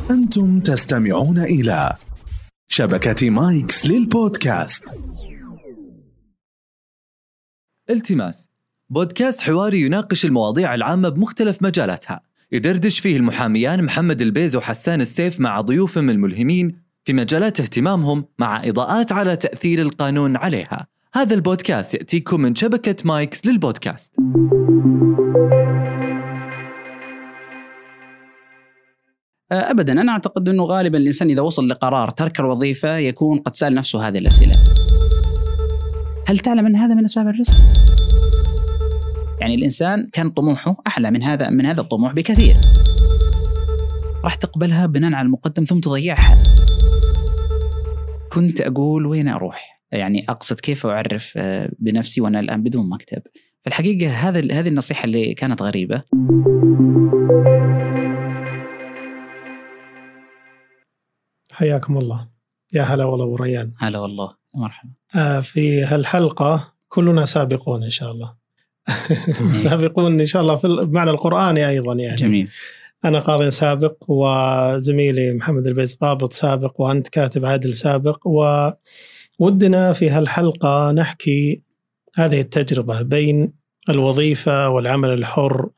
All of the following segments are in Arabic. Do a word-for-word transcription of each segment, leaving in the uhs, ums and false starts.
أنتم تستمعون إلى شبكة مايكس للبودكاست. التماس، بودكاست حواري يناقش المواضيع العامة بمختلف مجالاتها، يدردش فيه المحاميان محمد البيز وحسان السيف مع ضيوفهم الملهمين في مجالات اهتمامهم، مع إضاءات على تأثير القانون عليها. هذا البودكاست يأتيكم من شبكة مايكس للبودكاست. أبداً، أنا أعتقد أنه غالباً الإنسان إذا وصل لقرار ترك الوظيفة يكون قد سأل نفسه هذه الأسئلة: هل تعلم أن هذا من أسباب الرزق؟ يعني الإنسان كان طموحه أحلى من هذا من هذا الطموح بكثير، راح تقبلها بناء على المقدم ثم تضيعها. كنت أقول وين أروح؟ يعني أقصد كيف أعرف بنفسي وأنا الآن بدون مكتب. في الحقيقة هذا هذه النصيحة اللي كانت غريبة. حياكم الله، يا هلا والله وريان. هلا والله، مرحبا. آه في هالحلقة كلنا سابقون إن شاء الله. سابقون إن شاء الله في المعنى القرآني أيضا يعني. جميل. أنا قاضي سابق، وزميلي محمد البيز ضابط سابق، وأنت كاتب عادل سابق، وودنا في هالحلقة نحكي هذه التجربة بين الوظيفة والعمل الحر،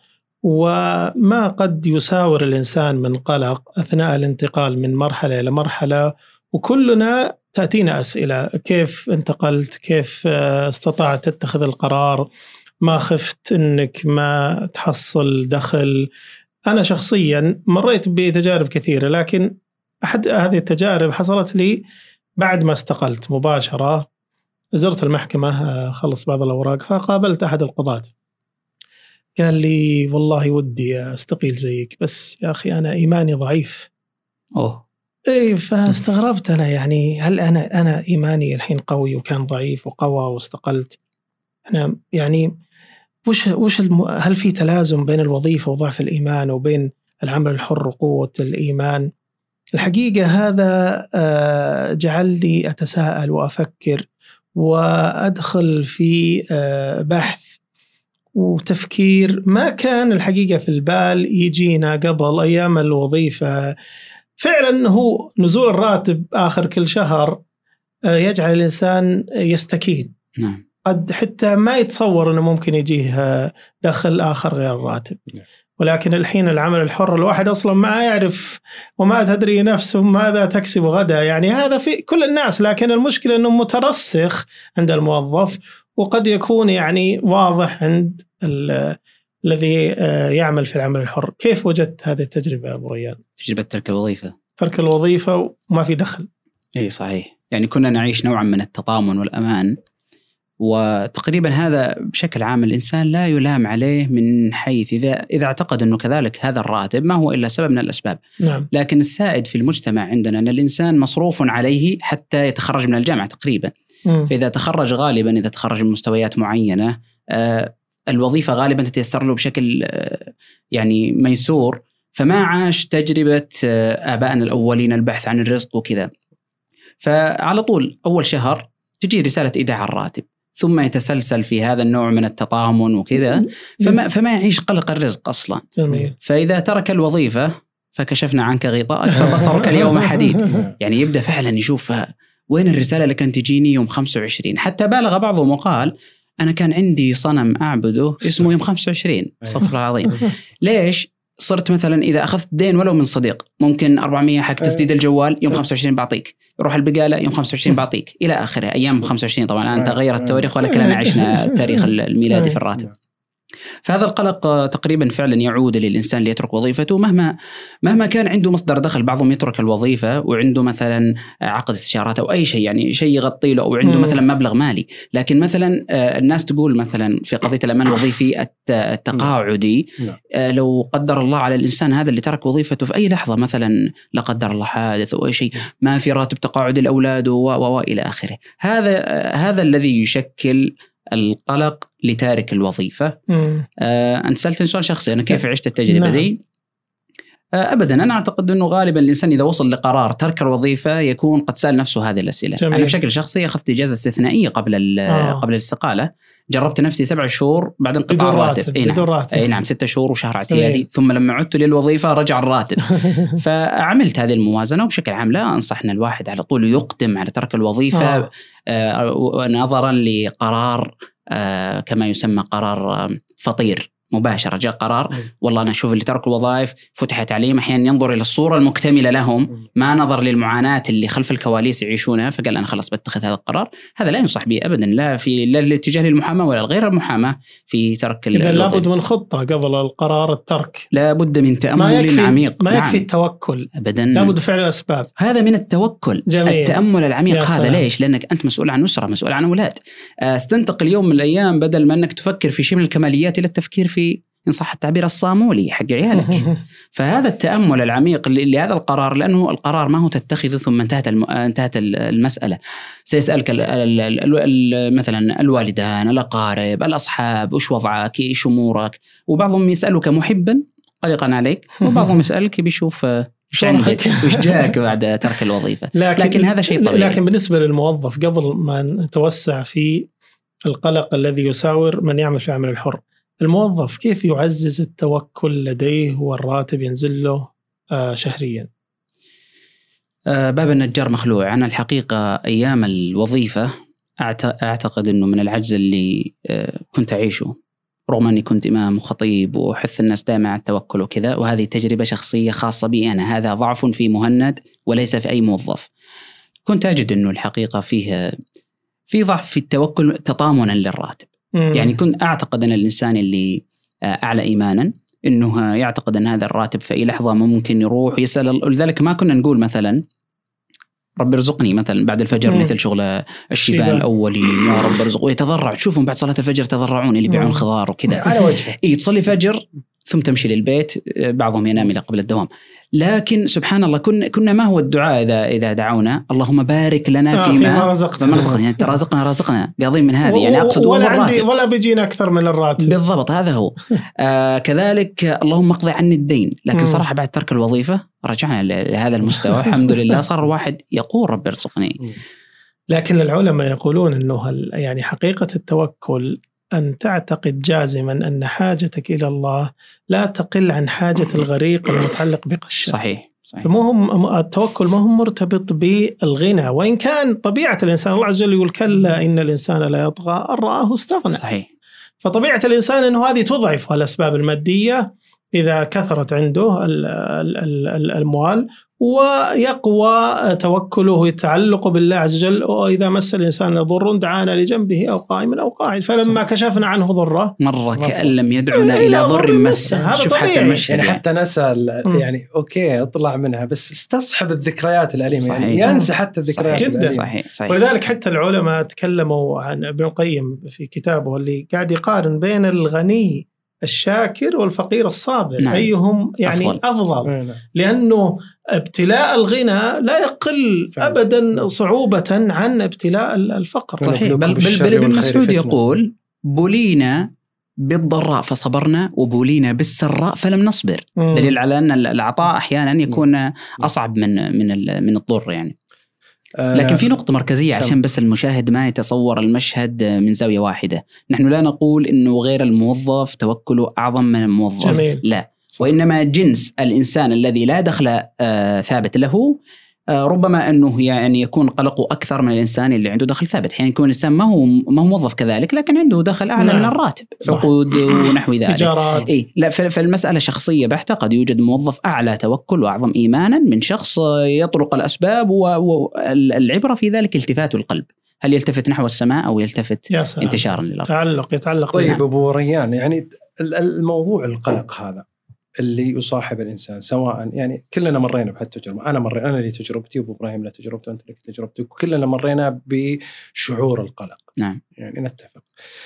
وما قد يساور الإنسان من قلق أثناء الانتقال من مرحلة إلى مرحلة. وكلنا تأتينا أسئلة: كيف انتقلت؟ كيف استطعت تتخذ القرار؟ ما خفت أنك ما تحصل دخل؟ أنا شخصيا مريت بتجارب كثيرة، لكن أحد هذه التجارب حصلت لي بعد ما استقلت مباشرة. زرت المحكمة، خلص بعض الأوراق، فقابلت أحد القضاة، قال لي: والله ودي أستقيل زيك، بس يا أخي أنا إيماني ضعيف. أوه. إيه، فاستغربت أنا، يعني هل أنا أنا إيماني الحين قوي وكان ضعيف وقوى واستقلت؟ أنا يعني وش وش الم... هل في تلازم بين الوظيفة وضعف الإيمان وبين العمل الحر وقوة الإيمان؟ الحقيقة هذا جعلني أتساءل وأفكر وأدخل في بحث وتفكير ما كان الحقيقة في البال يجينا قبل أيام الوظيفة. فعلا هو نزول الراتب آخر كل شهر يجعل الإنسان يستكين. نعم. قد حتى ما يتصور أنه ممكن يجيه دخل آخر غير الراتب. ولكن الحين العمل الحر الواحد أصلا ما يعرف وما تدري نفسه ماذا تكسب غدا، يعني هذا في كل الناس، لكن المشكلة أنه مترسخ عند الموظف، وقد يكون يعني واضح عند الذي يعمل في العمل الحر. كيف وجدت هذه التجربة أبو ريان؟ تجربة ترك الوظيفة. ترك الوظيفة وما في دخل. إيه صحيح، يعني كنا نعيش نوعا من التضامن والأمان، وتقريبا هذا بشكل عام الإنسان لا يلام عليه من حيث إذا إذا اعتقد أنه كذلك هذا الراتب ما هو إلا سبب من الأسباب. نعم. لكن السائد في المجتمع عندنا أن الإنسان مصروف عليه حتى يتخرج من الجامعة تقريبا. م. فإذا تخرج غالبا إذا تخرج من مستويات معينة آه الوظيفة غالبا تتيسر له بشكل آه يعني ميسور، فما عاش تجربة آه آبائنا الأولين البحث عن الرزق وكذا. فعلى طول أول شهر تجي رسالة إيداع الراتب، ثم يتسلسل في هذا النوع من التطامن وكذا، فما, فما يعيش قلق الرزق أصلا. جميل. فإذا ترك الوظيفة فكشفنا عنك غطاءك فبصرك اليوم حديد. يعني يبدأ فعلا يشوف وين الرسالة اللي كانت تجيني يوم خمسة وعشرين. حتى بالغ بعضهم وقال: أنا كان عندي صنم أعبده اسمه يوم خمسة وعشرين. صفر العظيم. ليش؟ صرت مثلا إذا أخذت دين ولو من صديق ممكن أربعمية حق تسديد الجوال يوم خمسة وعشرين بعطيك، يروح البقالة يوم خمسة وعشرين بعطيك، إلى آخره. أيام خمسة وعشرين طبعا الآن تغير التواريخ، ولكن أنا عشنا التاريخ الميلادي في الراتب. فهذا القلق تقريبا فعلا يعود للإنسان ليترك وظيفته مهما مهما كان عنده مصدر دخل. بعضهم يترك الوظيفة وعنده مثلا عقد استشارات أو أي شيء، يعني شيء يغطي له، أو عنده مثلا مبلغ مالي. لكن مثلا الناس تقول مثلا في قضية الأمان الوظيفي التقاعدي، لو قدر الله على الإنسان هذا اللي ترك وظيفته في أي لحظة، مثلا لا قدر الله حادث أو أي شيء، ما في راتب تقاعد الأولاد وإلى آخره. هذا هذا الذي يشكل القلق لتارك الوظيفة. آه، أنت سألتني سؤال شخصي، أنا كيف عشت التجربة نعم. دي؟ أبدا، أنا أعتقد أنه غالبا الإنسان إذا وصل لقرار ترك الوظيفة يكون قد سأل نفسه هذه الأسئلة. جميل. أنا بشكل شخصي أخذت إجازة استثنائية قبل آه. قبل الاستقالة، جربت نفسي سبع شهور بعد انقطاع الراتب. أي نعم. راتب. أي نعم، ستة شهور وشهر اعتيادي، ثم لما عدت للوظيفة رجع الراتب. فعملت هذه الموازنة، وبشكل عام لا أنصحنا الواحد على طول يقدم على ترك الوظيفة آه. آه نظرا لقرار آه كما يسمى قرار آه فطير مباشرة. جاء قرار والله أنا أشوف اللي تركوا الوظائف فتحت عليهم، أحيانا ينظر إلى الصورة المكتملة لهم، ما نظر للمعاناة اللي خلف الكواليس يعيشونها، فقال أنا خلاص بتخذ هذا القرار. هذا لا ينصح به أبدا، لا في لا الاتجاه للمحاماة ولا غير المحاماة في ترك الوظيفة. إذا لابد من خطة قبل القرار الترك، لابد من تأمل عميق. ما يكفي التوكل أبدا، لابد فعل الأسباب. هذا من التوكل. جميل. التأمل العميق هذا ليش؟ لأنك أنت مسؤول عن أسرة، مسؤول عن أولاد. استنتقل يوم من الأيام بدل ما أنك تفكر في شيء من الكماليات إلى التفكير في إن صح التعبير الصامولي حق عيالك. فهذا التأمل العميق لهذا القرار، لأنه القرار ما هو تتخذه ثم انتهت الم... انتهت المسألة. سيسألك ال... ال... ال... ال... مثلا الوالدان، الأقارب، الأصحاب، وش وضعك، إيش أمورك، وبعضهم يسألك محبا قلقا عليك، وبعضهم يسألك بيشوف إيش عندك وإيش جاك بعد ترك الوظيفة. لكن, لكن هذا شيء طبيعي. لكن بالنسبة للموظف، قبل ما نتوسع في القلق الذي يساور من يعمل في عمل الحر، الموظف كيف يعزز التوكل لديه والراتب ينزل له آه شهريا؟ آه باب النجار مخلوع. أنا الحقيقة أيام الوظيفة أعتقد أنه من العجز اللي آه كنت أعيشه، رغم أني كنت إمام وخطيب وحث الناس دائما على التوكل وكذا، وهذه تجربة شخصية خاصة بي أنا، هذا ضعف في مهند وليس في أي موظف. كنت أجد أنه الحقيقة فيه في ضعف في التوكل تطامنا للراتب. يعني كنت أعتقد أن الإنسان اللي أعلى إيمانا أنه يعتقد أن هذا الراتب في أي لحظة ممكن يروح يسأل. لذلك ما كنا نقول مثلا رب ارزقني مثلا بعد الفجر مم. مثل شغل الشيبان الأولي، يا رب ارزق، ويتضرع. تشوفهم بعد صلاة الفجر تضرعون اللي بيعون خضار وكذا على وجهه. إيه، تصلي فجر ثم تمشي للبيت، بعضهم ينام إلى قبل الدوام. لكن سبحان الله كنا كنا ما هو الدعاء إذا إذا دعونا اللهم بارك لنا آه فيما رزقنا، رزقنا يعني رازقنا رازقنا قاضين من هذه، يعني أقصد ولا عندي ولا بيجينا أكثر من الراتب. بالضبط، هذا هو. آه كذلك اللهم اقضي عني الدين. لكن صراحة بعد ترك الوظيفة رجعنا لهذا المستوى الحمد لله، صار واحد يقول رب ارزقني. لكن العلماء يقولون أنه يعني حقيقة التوكل أن تعتقد جازما أن حاجتك إلى الله لا تقل عن حاجة الغريق المتعلق بقشة. صحيح. صحيح. فمهم التوكل ما هو مرتبط بالغنى، وإن كان طبيعة الإنسان الله عز وجل يقول كلا إن الإنسان لا يطغى أن رآه استغنى. صحيح. فطبيعة الإنسان أنه هذه تضعف الأسباب المادية إذا كثرت عنده الأموال، ويقوى توكله ويتعلق بالله عز وجل. وإذا مس الإنسان ضر دعانا لجنبه أو قائما أو قاعد، فلما كشفنا عنه ضره مرة كأن لم يدعنا إلى ضر مسه. شوف حتى المشهد، يعني حتى نسأل يعني أوكي اطلع منها، بس استصحب الذكريات الأليمة. يعني ينسى حتى الذكريات جدا. الأليمة. صحيح. صحيح. ولذلك حتى العلماء تكلموا عن ابن القيم في كتابه اللي قاعد يقارن بين الغني الشاكر والفقير الصابر. نعم. أيهم يعني أفضل, أفضل. نعم. لأنه ابتلاء الغنى لا يقل فعلا. أبدا صعوبة عن ابتلاء الفقر. صحيح. بل, بل ابن مسعود يقول بلينا بالضراء فصبرنا وبلينا بالسراء فلم نصبر. مم. دليل على أن العطاء أحيانا يكون أصعب من من من الضر يعني. لكن في نقطة مركزية عشان بس المشاهد ما يتصور المشهد من زاوية واحدة. نحن لا نقول إنه غير الموظف توكله أعظم من الموظف. جميل. لا، وإنما جنس الإنسان الذي لا دخل آه ثابت له آه ربما أنه يعني يكون قلقه أكثر من الإنسان اللي عنده دخل ثابت. يعني يكون الإنسان ما هو ما هو موظف كذلك، لكن عنده دخل أعلى. نعم. من الراتب، عقود ونحو ذلك، تجارات. إيه لا، فالمسألة شخصية بحتة. قد يوجد موظف أعلى توكل وأعظم إيمانا من شخص يطرق الأسباب، والعبرة في ذلك التفات القلب، هل يلتفت نحو السماء أو يلتفت انتشارا للأرض. تعلق يتعلق. طيب أبو ريان، يعني الموضوع القلق هذا اللي يصاحب الإنسان، سواء يعني كلنا مرينا بهالتجربة. أنا مرينا، أنا لي تجربتي، وأبو إبراهيم له تجربته، وأنت لك تجربتك، وكلنا مرينا بشعور القلق. نعم. يعني نتفق.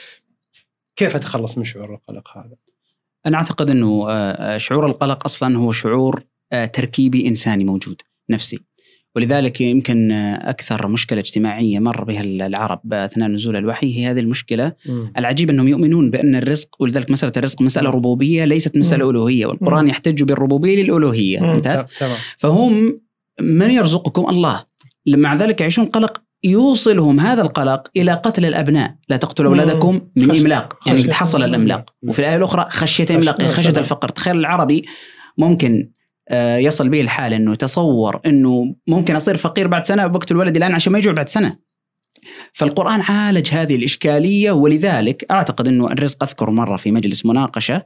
كيف أتخلص من شعور القلق هذا؟ أنا أعتقد أنه شعور القلق أصلا هو شعور تركيبي إنساني موجود نفسي، ولذلك يمكن أكثر مشكلة اجتماعية مر بها العرب أثناء نزول الوحي هي هذه المشكلة. مم. العجيب أنهم يؤمنون بأن الرزق، ولذلك مسألة الرزق مسألة ربوبية ليست مسألة ألوهية، والقرآن يحتج بالربوبية للألوهية. ممتاز. فهم من يرزقكم؟ الله. مع ذلك يعيشون قلق يوصلهم هذا القلق إلى قتل الأبناء. لا تقتلوا أولادكم من خش... إملاق، يعني قد حصل الإملاق. وفي الآية الأخرى خشية إملاق، خشية الفقر. تخيل العربي ممكن يصل به الحال أنه تصور أنه ممكن أصير فقير بعد سنة وبقتل ولدي الآن عشان ما يجوع بعد سنة. فالقرآن عالج هذه الإشكالية، ولذلك أعتقد أنه الرزق، أذكر مرة في مجلس مناقشة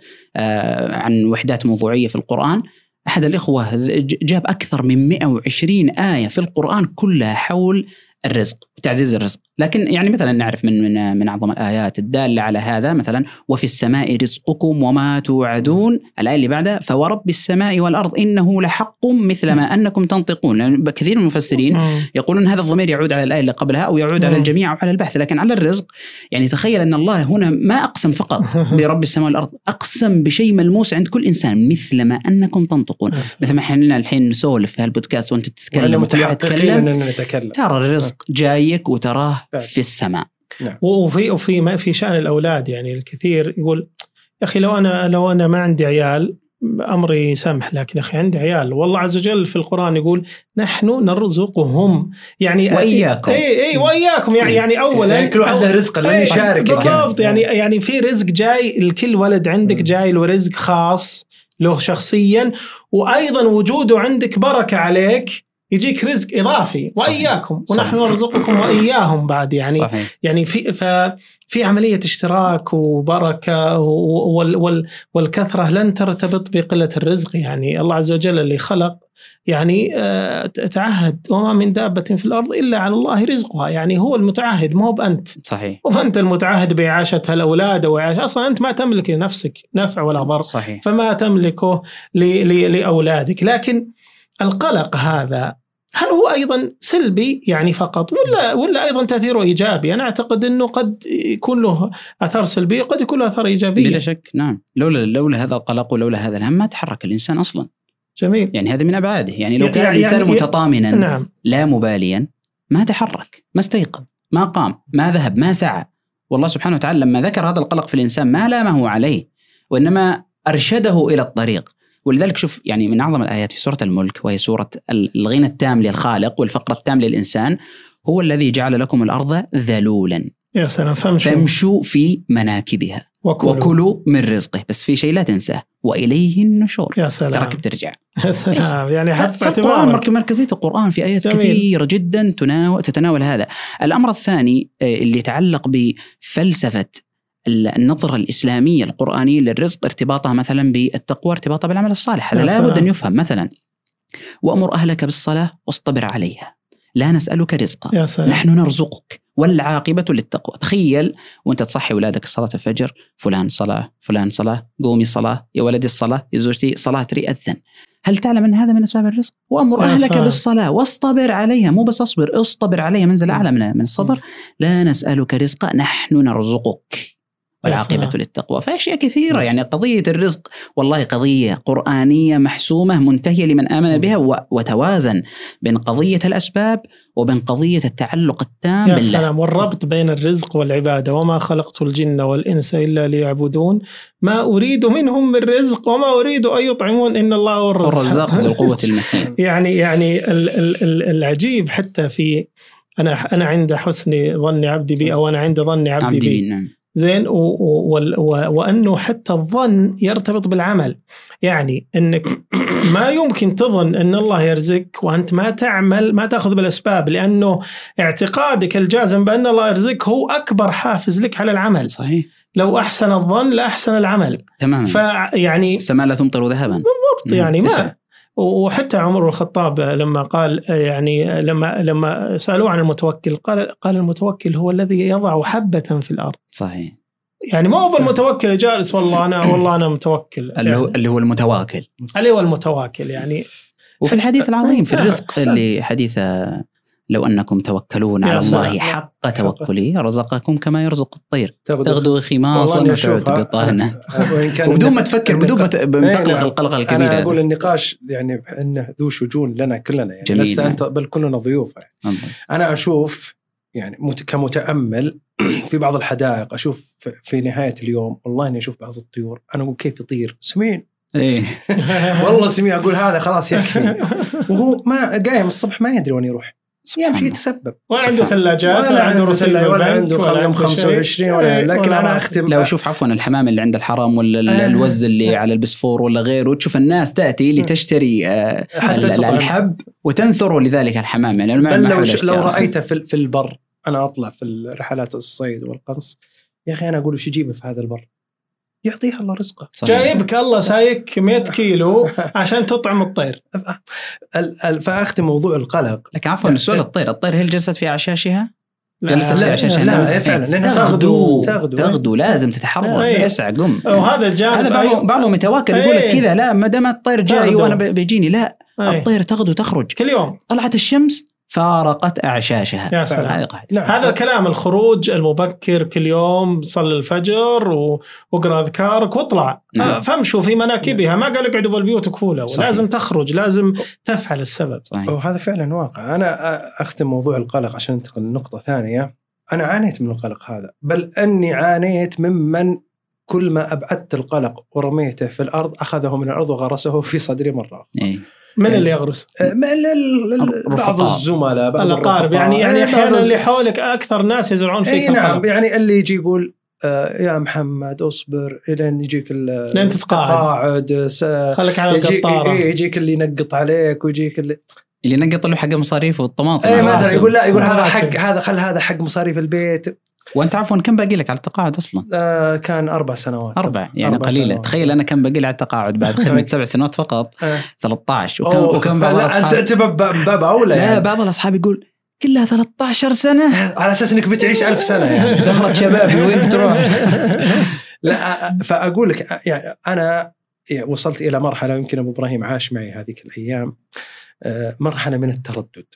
عن وحدات موضوعية في القرآن، أحد الإخوة جاب أكثر من مئة وعشرين آية في القرآن كلها حول الرزق وتعزيز الرزق. لكن يعني مثلا نعرف من من من أعظم الآيات الدالة على هذا مثلا وفي السماء رزقكم وما توعدون. الآية اللي بعدها فورب السماء والأرض إنه لحق مثل ما أنكم تنطقون. يعني كثير من المفسرين يقولون هذا الضمير يعود على الآية اللي قبلها أو يعود على الجميع أو على البحث، لكن على الرزق يعني تخيل أن الله هنا ما أقسم فقط برب السماء والأرض، أقسم بشيء ملموس عند كل إنسان مثل ما أنكم تنطقون. مثل ما إحنا الحين نسولف في هالبودكاست وأنت تتكلم وتتكلم ترى الرزق جايك وتراه في السماء. نعم. وفي وفي ما في شأن الأولاد، يعني الكثير يقول يا أخي لو أنا لو أنا ما عندي عيال أمري سمح، لكن أخي عندي عيال. والله عز وجل في القرآن يقول نحن نرزقهم، يعني وإياكم. أي أي وإياكم، يعني يعني أولا يعني كل واحد له رزق اللي يشارك بالضبط. يعني يعني في رزق جاي لكل ولد عندك، جاي له رزق خاص له شخصيا، وأيضا وجوده عندك بركة عليك، يجيك رزق إضافي. وإياكم ونحن نرزقكم وإياهم بعد. يعني صحيح. يعني في ففي عملية اشتراك وبركة، وال وال والكثرة لن ترتبط بقلة الرزق. يعني الله عز وجل اللي خلق يعني تعهد وما من دابة في الأرض إلا على الله رزقها، يعني هو المتعهد ما هو بأنت. صحيح. وأنت المتعهد بإعاشة الأولاد وإعاشة، أصلا أنت ما تملك لنفسك نفع ولا ضر. صحيح. فما تملكه لأولادك. لكن القلق هذا هل هو أيضا سلبي يعني فقط ولا ولا أيضا تأثيره إيجابي؟ أنا أعتقد أنه قد يكون له أثر سلبي وقد يكون له أثر إيجابي. بلا شك. نعم. لولا لولا هذا القلق ولولا هذا الهم ما تحرك الإنسان أصلا. جميل. يعني هذا من أبعاده. يعني لو كان يعني الإنسان يعني متطامنا نعم. لا مباليا ما تحرك، ما استيقظ، ما قام، ما ذهب، ما سعى. والله سبحانه وتعالى لما ذكر هذا القلق في الإنسان ما لامه عليه، وإنما أرشده إلى الطريق. ولذلك شوف يعني من أعظم الآيات في سورة الملك، وهي سورة الغنى التام للخالق والفقر التام للإنسان، هو الذي جعل لكم الأرض ذلولا. يا سلام. فامشوا, فامشوا في مناكبها وكلوا. وكلوا من رزقه. بس في شيء لا تنساه، وإليه النشور. يا سلام. ترك بترجع. يا سلام. يعني حتى مركزية القرآن في آيات جميل. كثيرة جدا تتناول هذا. الأمر الثاني اللي يتعلق بفلسفة النظرة الإسلامية القرآنية للرزق، ارتباطها مثلا بالتقوى، ارتباطها بالعمل الصالح. هذا لا بد أن يفهم. مثلا وأمر أهلك بالصلاة واصطبر عليها لا نسألك رزقا نحن نرزقك والعاقبة للتقوى. تخيل وانت تصحي ولادك صلاة الفجر، فلان صلاة، فلان صلاة، قومي صلاة، يا ولدي الصلاة، يا زوجتي صلاة، تري أذن. هل تعلم أن هذا من أسباب الرزق؟ وأمر أهلك صلاة. بالصلاة واصطبر عليها، مو بس أصبر، اصطبر عليها، منزل أعلى من الصبر. لا نسألك رزقا نحن نرزقك والعاقبة للتقوى. فأشياء كثيرة. يعني قضية الرزق والله قضية قرآنية محسومة منتهية لمن آمن بها، وتوازن بين قضية الأسباب وبين قضية التعلق التام يا بالله. سلام. والربط بين الرزق والعبادة. وما خلقت الجن والإنس إلا ليعبدون ما أريد منهم من رزق وما أريد أن يطعمون إن الله هو الرزاق ذو القوة المتين. يعني يعني ال ال العجيب حتى في أنا أنا عند حسن ظن عبدي بي، أو أنا عند ظن عبدي, عبدي بي. نعم. زين. وأنه حتى الظن يرتبط بالعمل. يعني أنك ما يمكن تظن أن الله يرزقك وأنت ما تعمل، ما تأخذ بالأسباب، لأنه اعتقادك الجازم بأن الله يرزقك هو أكبر حافز لك على العمل. صحيح. لو أحسن الظن لأحسن العمل. تمام. فيعني السماء لا تمطر ذهبا. بالضبط. يعني ما وحتى عمر بن الخطاب لما قال يعني لما لما سألوه عن المتوكل قال قال المتوكل هو الذي يضع حبة في الأرض. صحيح. يعني ما هو المتوكل جالس والله أنا والله أنا متوكل، اللي هو اللي هو المتواكل، اللي هو المتواكل يعني. وفي الحديث العظيم في الرزق اللي حديث لو أنكم توكلون على الله حق توكله رزقكم كما يرزق الطير تغدو خماصا وتعود بطانا وبدون ما تفكر بدون ما تقلق القلقة الكبيرة. أنا أقول النقاش يعني أنه ذو شجون لنا كلنا يعني لست أنت بل كلنا ضيوف يعني. أنا أشوف يعني كمتأمل في بعض الحدائق أشوف في نهاية اليوم والله إني أشوف بعض الطيور أنا أقول كيف يطير سمين إيه والله سمين أقول هذا خلاص يكفي وهو ما قايم الصبح ما يدري وين يروح يمشي يتسبب ولا عنده ثلاجات ولا عنده رسالة ولا عنده خلهم خمسة وعشرين ولا لكن أنا أختم لو شوف عفوا الحمام اللي عند الحرم ولا آه. الوز اللي آه. على البسفور ولا غيره وتشوف الناس تأتي لتشتري آه الحب وتنثر لذلك الحمام يعني بل لو, لو رأيته في, في البر أنا أطلع في رحلات الصيد والقنص يا أخي أنا أقول وش يجيبه في هذا البر يعطيه الله رزقه جايبك الله سايك مئة كيلو عشان تطعم الطير. فأختم موضوع القلق لكن عفوا السؤال الطير الطير هل جلست في عشاشها جلست لا في عشاشها لا, لا فعلا لأنها تغدو تغدو, تغدو لازم تتحرك اسعى قم وهذا الجانب هذا بعضهم يتواكل يقول لك كذا لا ما دام الطير جاي وانا بيجيني لا أي. الطير تغدو تخرج كل يوم طلعت الشمس فارقت أعشاشها. يا سلام. هذا الكلام الخروج المبكر كل يوم صلي الفجر وقرأ أذكارك واطلع نعم. فامشوا في مناكبها ما قال اقعدوا بالبيوت كولة ولازم تخرج لازم تفعل السبب. وهذا فعلا واقع. أنا أختم موضوع القلق عشان ننتقل لنقطة ثانية. أنا عانيت من القلق هذا بل أني عانيت ممن كل ما أبعدت القلق ورميته في الأرض أخذه من الأرض وغرسه في صدري مرة. إيه. من اللي يغرس؟ بعض الزملاء بعض الأقارب يعني يعني أحيانا اللي حولك أكثر ناس يزرعون فيك. إيه نعم يعني اللي يجي يقول آه يا محمد أصبر إلين يجيك لين تتقاعد خليك على القطارة. إيه يجيك اللي ينقط عليك ويجيك اللي اللي نقط له حق مصاريف والطماطم. إيه مثلا يقول لا يقول هذا حق هذا خل هذا حق مصاريف البيت. وأنت عفوا كم باقي لك على التقاعد أصلاً؟ آه كان أربع سنوات. أربع يعني أربع قليلة سنوات. تخيل أنا كم باقي لي على التقاعد بعد خدمة سبع سنوات فقط ثلاثة عشر وكم وكم بعض الأصحاب أنت باب أولى لا يعني. بعض الأصحاب يقول كلها ثلاثة عشر سنة على أساس إنك بتعيش ألف سنة يعني زهرة شباب وين بتروح؟ لا فأقول لك يعني أنا وصلت إلى مرحلة يمكن أبو إبراهيم عاش معي هذيك الأيام مرحلة من التردد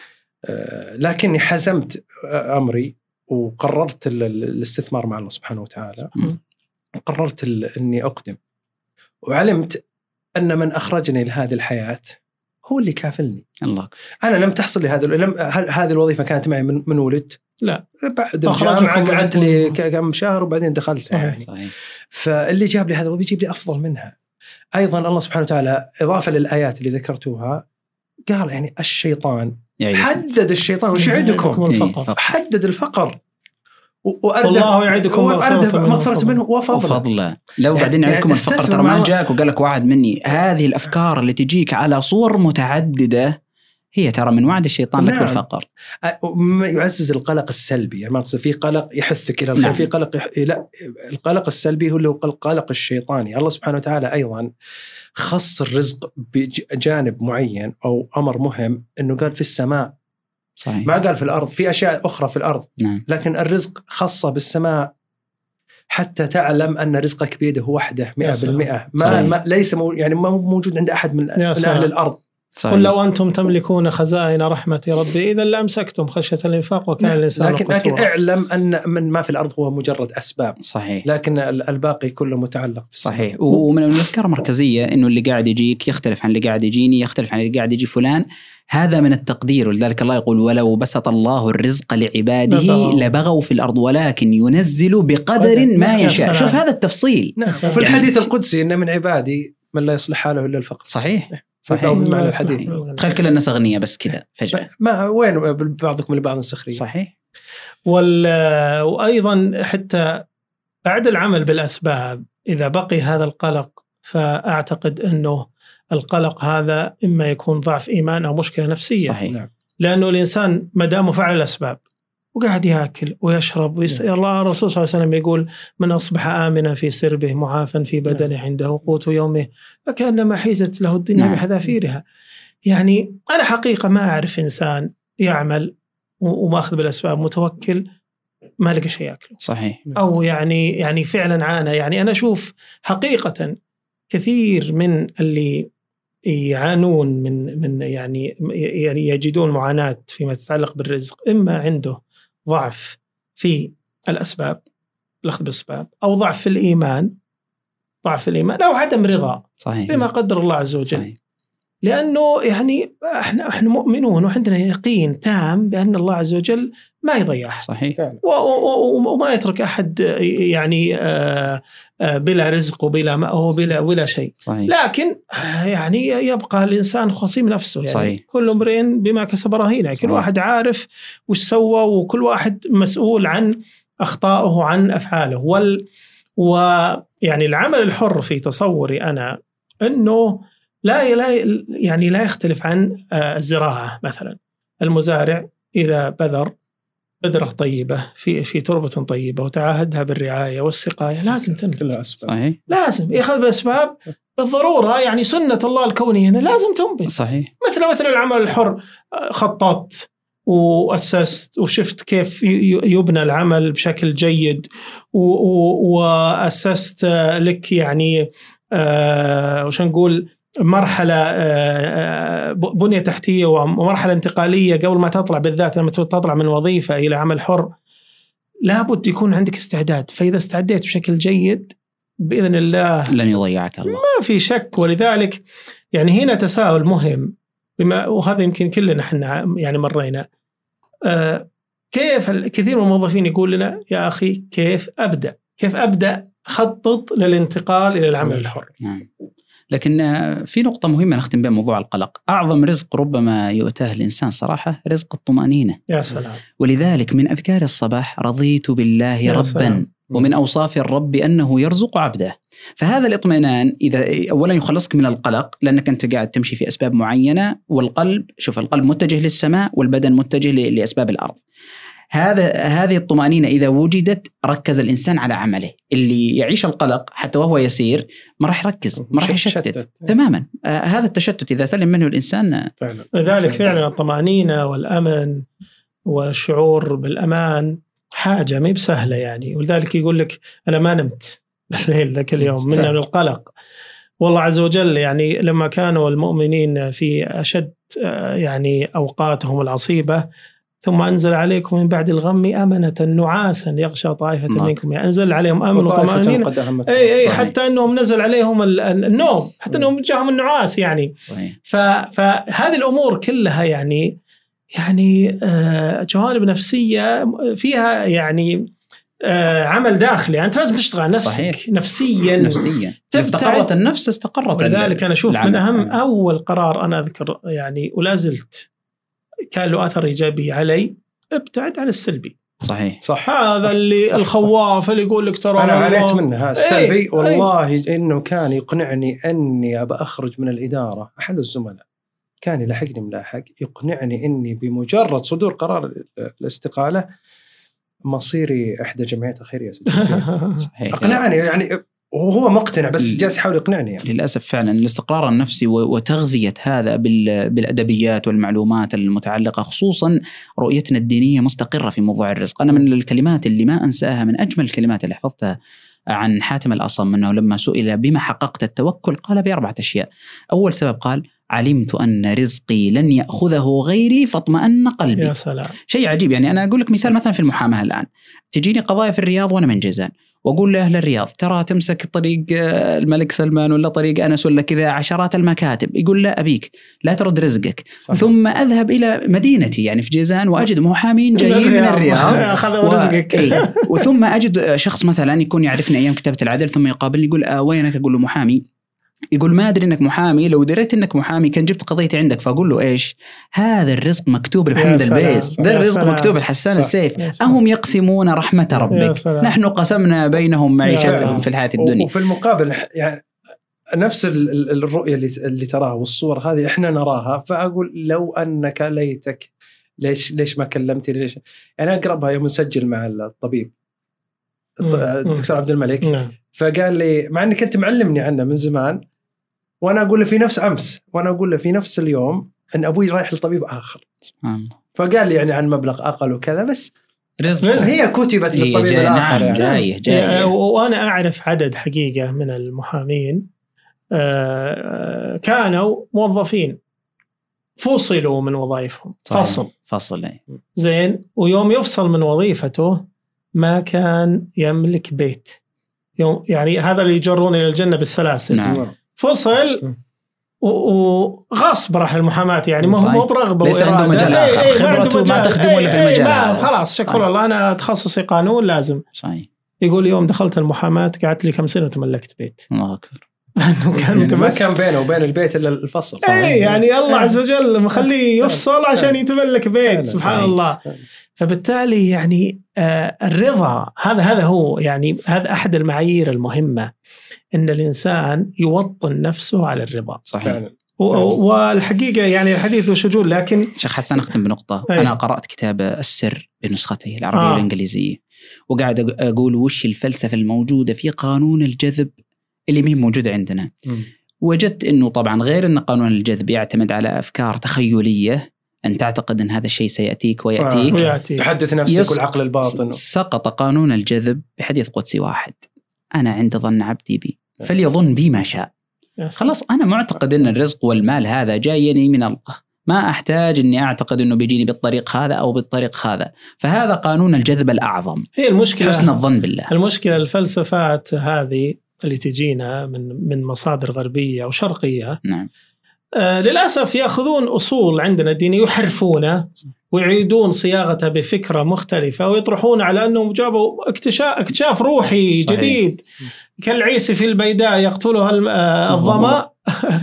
لكني حزمت أمري وقررت الاستثمار مع الله سبحانه وتعالى. قررت أني أقدم وعلمت أن من أخرجني لهذه الحياة هو اللي كافلني. الله. أنا لم تحصل لي هذا لم هذه الوظيفة كانت معي من, من ولد لا بعد الجامعة قعدت لي كم شهر وبعدين دخلت صحيح. يعني صحيح. فاللي جاب لي هذا الوظيفة يجيب لي أفضل منها. أيضا الله سبحانه وتعالى إضافة للآيات اللي ذكرتوها قال يعني الشيطان يعني حدد الشيطان وش يعدكم الفقر. حدد الفقر والله يعدكم مغفرة منه وفضله. لو بعدين يعدكم يعني الفقر ترى ما جاك وقال لك وعد مني. هذه الأفكار اللي تجيك على صور متعددة هي ترى من وعد الشيطان لك نعم. بالفقر. يعزز القلق السلبي يعني ما أقصد في قلق يحثك إلى الخير نعم. في قلق يح... لا القلق السلبي هو اللي هو القلق الشيطاني. الله سبحانه وتعالى أيضا خص الرزق بجانب معين أو أمر مهم إنه قال في السماء صحيح. ما قال في الأرض في أشياء أخرى في الأرض نعم. لكن الرزق خاصة بالسماء حتى تعلم أن رزقك بيده وحده مئة بالمئة ما, ما ليس مو يعني ما موجود عند أحد من, من أهل الأرض. صحيح. قل لو أنتم تملكون خزائن رحمة ربي إذا لأمسكتم خشية الإنفاق وكان نعم. الإنسان لكن, لكن اعلم أن من ما في الأرض هو مجرد أسباب. صحيح. لكن الباقي كله متعلق في السماء. صحيح. ومن الأفكار المركزية إنه اللي قاعد يجيك يختلف عن اللي قاعد يجيني يختلف عن اللي قاعد يجي فلان. هذا من التقدير. ولذلك الله يقول ولو بسط الله الرزق لعباده لبغوا في الأرض ولكن ينزل بقدر ما يشاء. شوف هذا التفصيل. نعم. وفي الحديث القدسي إن من عبادي من لا يصلح حاله إلا الفقر. صحيح. صحيح. بالمعنى الحديث. تخيل كل الناس أغنياء بس كذا فجأة. ما وين بعضكم لبعض سخرية. صحيح. وال وأيضا حتى بعد العمل بالأسباب إذا بقي هذا القلق فأعتقد أنه القلق هذا إما يكون ضعف إيمان أو مشكلة نفسية. صحيح. لأنه الإنسان مدام فعل الأسباب وقاعد يأكل ويشرب ويس... الله الرسول صلى الله عليه وسلم يقول من أصبح آمنا في سربه معافا في بدنه عنده قوت يومه فكأنما حيزت له الدنيا نعم. بحذافيرها. يعني أنا حقيقة ما أعرف إنسان يعمل وماخذ بالأسباب متوكل ما لقى شيء يأكله. صحيح. أو يعني يعني فعلا عانى. يعني أنا أشوف حقيقة كثير من اللي يعانون من من يعني يعني يجدون معاناة فيما يتعلق بالرزق، إما عنده ضعف في الأسباب، الأخذ بالأسباب، أو ضعف في الإيمان، ضعف في الإيمان أو عدم رضا صحيح بما قدر الله عز وجل. صحيح. لأنه يعني احنا احنا مؤمنون وعندنا يقين تام بأن الله عز وجل ما يضيع أحد، صحيح، وما يترك أحد يعني بلا رزق وبلا ماء وبلا ولا شيء. صحيح. لكن يعني يبقى الإنسان خصيم نفسه، يعني صحيح. كل امرئ بما كسب رهين، يعني كل واحد عارف وش سوى، وكل واحد مسؤول عن أخطائه وعن أفعاله. وال ويعني العمل الحر في تصوري أنا أنه لا لا يعني لا يختلف عن الزراعة. مثلا المزارع إذا بذر بذرة طيبة في في تربة طيبة وتعاهدها بالرعاية والسقاية لازم تنبت. صحيح. لازم يأخذ بأسباب بالضرورة، يعني سنة الله الكونية لازم تنبت. صحيح. مثل مثل العمل الحر، خططت وأسست وشفت كيف يبنى العمل بشكل جيد، وأسست لك يعني آه وش نقول مرحلة بنية تحتية ومرحلة انتقالية قبل ما تطلع، بالذات لما تطلع من وظيفة إلى عمل حر لابد يكون عندك استعداد. فإذا استعديت بشكل جيد بإذن الله لن يضيعك الله، ما في شك. ولذلك يعني هنا تساؤل مهم، بما وهذا يمكن كلنا احنا يعني مرينا، آه كيف الكثير من الموظفين يقول لنا يا أخي كيف أبدأ كيف أبدأ خطط للانتقال إلى العمل الحر. نعم. لكن في نقطة مهمة نختم بها موضوع القلق. أعظم رزق ربما يؤتاه الإنسان صراحة رزق الطمأنينة. يا سلام. ولذلك من أذكار الصباح رضيت بالله ربا سلام. ومن أوصاف الرب أنه يرزق عبده. فهذا الإطمئنان إذا أولا يخلصك من القلق، لأنك أنت قاعد تمشي في أسباب معينة، والقلب شوف القلب متجه للسماء والبدن متجه لأسباب الأرض. هذا هذه الطمأنينة إذا وجدت ركز الإنسان على عمله. اللي يعيش القلق حتى وهو يسير ما راح يركز، ما راح يشتت تماما. آه هذا التشتت إذا سلم منه الإنسان فعلا. لذلك فعلا الطمأنينة والأمن والشعور بالأمان حاجة ما بسهلة يعني. ولذلك يقول لك أنا ما نمت بالليل ذاك اليوم من القلق. والله عز وجل يعني لما كانوا المؤمنين في أشد يعني أوقاتهم العصيبة ثم أنزل عليكم من بعد الغم أمنة نعاسا يغشى طائفة منكم، يعني أنزل عليهم أمن وطمأنينة. أي أي حتى أنهم نزل عليهم النوم، حتى أنهم جاءهم النعاس يعني. فهذه الأمور كلها يعني يعني آه جوانب نفسية فيها يعني آه عمل داخلي، يعني أنت لازم تشتغل على نفسك. صحيح. نفسيا نفسيا استقرت النفس استقرت. لذلك أنا أشوف من أهم أول قرار أنا أذكر يعني ولا زلت كان له أثر إيجابي علي، ابتعد عن السلبي. صحيح صح. هذا اللي صح الخواف صح. اللي يقول لك ترى أنا عانيت منها السلبي. ايه والله ايه إنه كان يقنعني أني أبى أخرج من الإدارة. أحد الزملاء كان يلاحقني ملاحق يقنعني أني بمجرد صدور قرار الاستقالة مصيري إحدى جمعيات الخيرية. صحيح. أقنعني يعني وهو مقتنع بس جالس يحاول يقنعني يعني. للأسف فعلا الاستقرار النفسي وتغذية هذا بالأدبيات والمعلومات المتعلقة، خصوصا رؤيتنا الدينية مستقرة في موضوع الرزق. أنا من الكلمات اللي ما أنساها، من أجمل الكلمات اللي حفظتها عن حاتم الأصم، أنه لما سئل بما حققت التوكل قال بأربعة أشياء. أول سبب قال علمت أن رزقي لن يأخذه غيري فاطمأن قلبي. يا سلام. شيء عجيب يعني. أنا أقول لك مثال مثلا في المحاماة الآن، تجيني قضايا في الرياض وأنا من جيزان، وأقول لأهل الرياض ترى تمسك طريق الملك سلمان ولا طريق أنس ولا كذا عشرات المكاتب، يقول لا أبيك لا ترد رزقك. صحيح. ثم أذهب إلى مدينتي يعني في جيزان وأجد محامين جايين من الرياض أخذوا و... رزقك. إيه. وثم أجد شخص مثلا يكون يعرفني أيام كتابة العدل ثم يقابلني يقول آه وينك؟ أقول له محامي. يقول ما أدري إنك محامي، لو دريت إنك محامي كان جبت قضيتي عندك. فأقول له إيش هذا الرزق مكتوب لمحمد البيز، ده الرزق مكتوب لحسان السيف. أهم يقسمون رحمة ربك، نحن قسمنا بينهم معيشتهم في الحياة الدنيا. وفي المقابل يعني نفس الرؤية اللي اللي تراها والصور هذه إحنا نراها. فأقول لو أنك ليتك ليش ليش ما كلمتني ليش يعني. أقربها يوم نسجل مع الطبيب الدكتور عبد الملك، فقال لي مع أنك أنت معلمني عنه من زمان، وأنا أقول له في نفس أمس وأنا أقول له في نفس اليوم أن أبوي رايح لطبيب آخر. فقال لي يعني عن مبلغ أقل وكذا، بس رزق هي كتبت للطبيب الآخر. نعم. يعني. جاي جاي. وأنا أعرف عدد حقيقة من المحامين كانوا موظفين فصلوا من وظائفهم، فصل فصل زين، ويوم يفصل من وظيفته ما كان يملك بيت، يوم يعني هذا اللي يجرون إلى الجنة بالسلاسل. نعم. فصل وغصب راح المحاماة، يعني ما هو مو برغبة ليس عنده مجال آخر، خبرته ما تخدم ولا في المجال ما خلاص شكرا الله أنا تخصصي قانون لازم. صحيح. يقول يوم دخلت المحاماة قعدت لي كم سنة تملكت بيت. الله أكبر. كان ما كان بينه وبين البيت إلا الفصل. اي يعني الله عز وجل مخليه يفصل عشان يتملك بيت. سبحان الله. فبالتالي يعني آه الرضا هذا هذا هو يعني هذا أحد المعايير المهمة، إن الإنسان يوطن نفسه على الرضا. صحيح. والحقيقة يعني الحديث وشجون. لكن شيخ حسن أختم بنقطة. أي. أنا قرأت كتاب السر بنسخته العربية آه. والإنجليزية، وقاعد أقول وش الفلسفة الموجودة في قانون الجذب اللي مين موجودة عندنا. م. وجدت أنه طبعا غير أن قانون الجذب يعتمد على أفكار تخيلية، أن تعتقد أن هذا الشيء سيأتيك ويأتيك، آه. تحدث نفسك والعقل الباطن. سقط قانون الجذب بحديث قدسي واحد: أنا عند ظن عبدي بي فليظن بي ما شاء. خلاص أنا معتقد أن الرزق والمال هذا جايني من الله، ما أحتاج أني أعتقد أنه بيجيني بالطريق هذا أو بالطريق هذا. فهذا قانون الجذب الأعظم. هي المشكلة حسن الظن بالله. المشكلة الفلسفات هذه اللي تجينا من من مصادر غربية أو شرقية. نعم. آه للأسف يأخذون أصول عندنا الدينية يحرفونها ويعيدون صياغتها بفكرة مختلفة ويطرحون على أنهم جابوا اكتشاف, اكتشاف روحي صحيح. جديد كالعيس في البيداء يقتلها الظمأ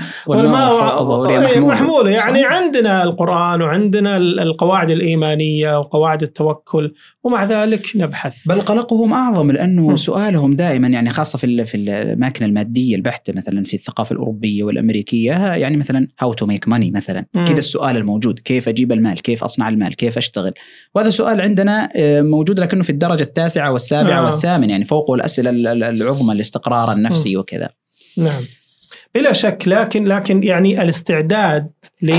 والماء محمولة. يعني صحيح. عندنا القرآن وعندنا القواعد الإيمانية وقواعد التوكل، ومع ذلك نبحث. بل قلقهم أعظم، لأنه م. سؤالهم دائما يعني خاصة في في الأماكن المادية البحتة، مثلا في الثقافة الأوروبية والأمريكية، يعني مثلا how to make money مثلا، كذا السؤال الموجود: كيف أجيب المال، كيف أصنع المال، كيف أشتغل. وهذا سؤال عندنا موجود لكنه في الدرجة التاسعة والسابعة آه. والثامن، يعني فوقه الأسئلة العظمى الاستقرار النفسي م. وكذا. نعم بلا شك. لكن لكن يعني الاستعداد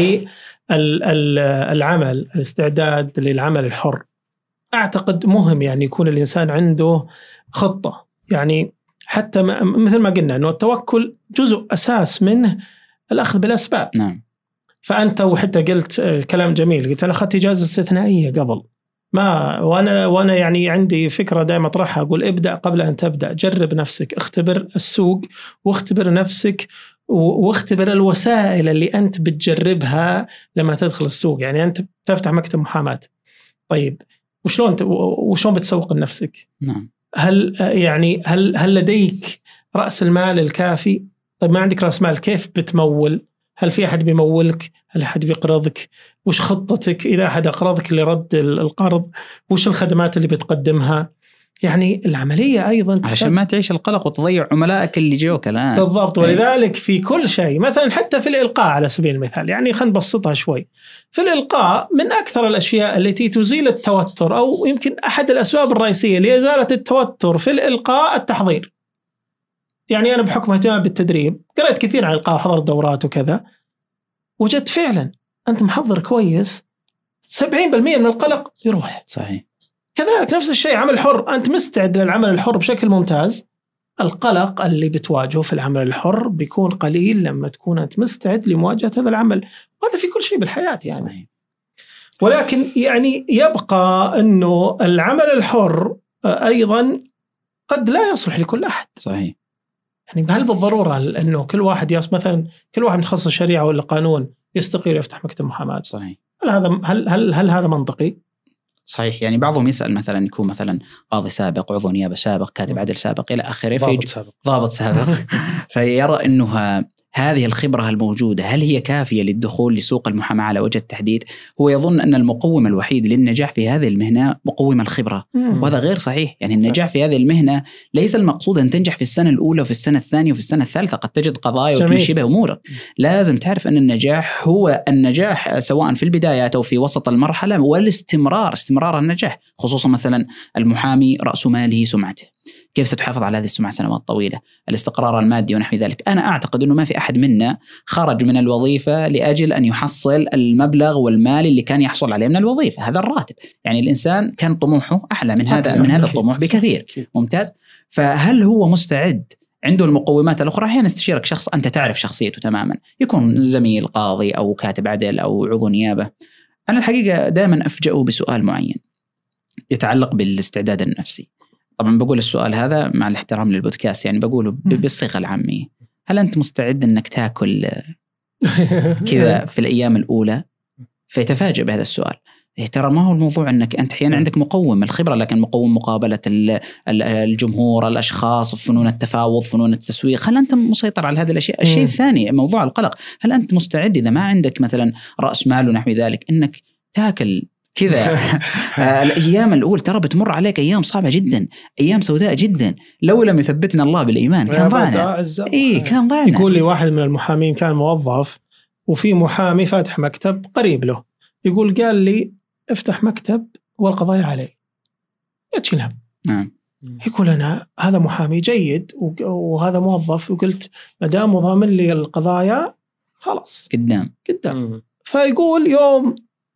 للعمل، الاستعداد للعمل الحر، أعتقد مهم يعني يكون الإنسان عنده خطة. يعني حتى مثل ما قلنا أنه التوكل جزء أساس منه الأخذ بالأسباب. نعم. فأنت وحتى قلت كلام جميل، قلت أنا أخذت إجازة استثنائية قبل ما، وأنا وأنا يعني عندي فكرة دائما أطرحها، أقول ابدأ قبل أن تبدأ، جرب نفسك، اختبر السوق واختبر نفسك واختبر الوسائل اللي أنت بتجربها لما تدخل السوق. يعني أنت تفتح مكتب محاماة، طيب وشلون وشلون بتسوق لنفسك؟ نعم. هل يعني هل هل لديك رأس المال الكافي؟ طيب ما عندك رأس مال كيف بتمول؟ هل في أحد بيمولك؟ هل أحد بيقرضك؟ وش خطتك إذا أحد أقرضك لرد القرض؟ وش الخدمات اللي بتقدمها؟ يعني العملية أيضا عشان ما تعيش القلق وتضيع عملائك اللي جوك الآن. بالضبط. ولذلك في كل شيء، مثلا حتى في الإلقاء على سبيل المثال، يعني خلينا نبسطها شوي. في الإلقاء من أكثر الأشياء التي تزيل التوتر، أو يمكن أحد الأسباب الرئيسية لإزالة التوتر في الإلقاء، التحضير. يعني أنا بحكم اهتمامي بالتدريب قرأت كثير عن الإلقاء وحضرت دورات وكذا، وجدت فعلا أنت محضر كويس سبعين بالمئة من القلق يروح. صحيح. كذلك نفس الشيء عمل حر، أنت مستعد للعمل الحر بشكل ممتاز، القلق اللي بتواجهه في العمل الحر بيكون قليل لما تكون أنت مستعد لمواجهة هذا العمل. وهذا في كل شيء بالحياة يعني. صحيح. ولكن يعني يبقى أنه العمل الحر أيضا قد لا يصلح لكل أحد. صحيح. يعني هل بالضرورة أنه كل واحد يص مثلا كل واحد متخصص شريعة ولا قانون يستقيل يفتح مكتب محاماة؟ صحيح. هل هذا هل هل هل هذا منطقي؟ صحيح. يعني بعضهم يسأل مثلا يكون مثلا قاضي سابق، عضو نيابة سابق، كاتب عدل سابق إلى آخره، ضابط سابق ضابط سابق فيرى أنه هذه الخبرة الموجودة هل هي كافية للدخول لسوق المحاماة على وجه التحديد؟ هو يظن أن المقوم الوحيد للنجاح في هذه المهنة مقوم الخبرة، وهذا غير صحيح. يعني النجاح في هذه المهنة ليس المقصود أن تنجح في السنة الأولى وفي السنة الثانية وفي السنة الثالثة، قد تجد قضايا وتمشي بها أمورك. لازم تعرف أن النجاح هو النجاح سواء في البدايات أو في وسط المرحلة، والاستمرار، استمرار النجاح. خصوصا مثلا المحامي رأس ماله سمعته، كيف ستحافظ على هذه السمعة سنوات طويلة؟ الاستقرار المادي ونحو ذلك. أنا أعتقد أنه ما في أحد منا خرج من الوظيفة لأجل أن يحصل المبلغ والمال اللي كان يحصل عليه من الوظيفة، هذا الراتب. يعني الإنسان كان طموحه أعلى من هذا من هذا الطموح بكثير. ممتاز. فهل هو مستعد عنده المقومات الأخرى أحيانا استشيرك شخص أنت تعرف شخصيته تماما، يكون زميل قاضي أو كاتب عدل أو عضو نيابة. أنا الحقيقة دائما أفجأه بسؤال معين يتعلق بالاستعداد النفسي. طبعا بقول السؤال هذا مع الاحترام للبودكاست، يعني بقوله بالصيغة العامية، هل أنت مستعد أنك تأكل كذا في الأيام الأولى؟ فيتفاجأ بهذا السؤال. ترى ما هو الموضوع أنك أنت أحيانا عندك مقوم الخبرة، لكن مقوم مقابلة الجمهور، الأشخاص، فنون التفاوض، فنون التسويق، هل أنت مسيطر على هذه الأشياء؟ الشيء الثاني موضوع القلق، هل أنت مستعد إذا ما عندك مثلا رأس مال ونحو ذلك أنك تأكل كذا؟ الأيام الأول ترى بتمر عليك أيام صعبة جدا، أيام سوداء جدا، لو لم يثبتنا الله بالإيمان كان ضعنا. إيه كان ضعنا. يقول لي واحد من المحامين كان موظف وفي محامي فاتح مكتب قريب له، يقول قال لي افتح مكتب والقضايا علي، يتشيل هم. نعم. يقول أنا هذا محامي جيد وهذا موظف، وقلت ما دام ضامن لي القضايا خلاص قدام قدام. فيقول يوم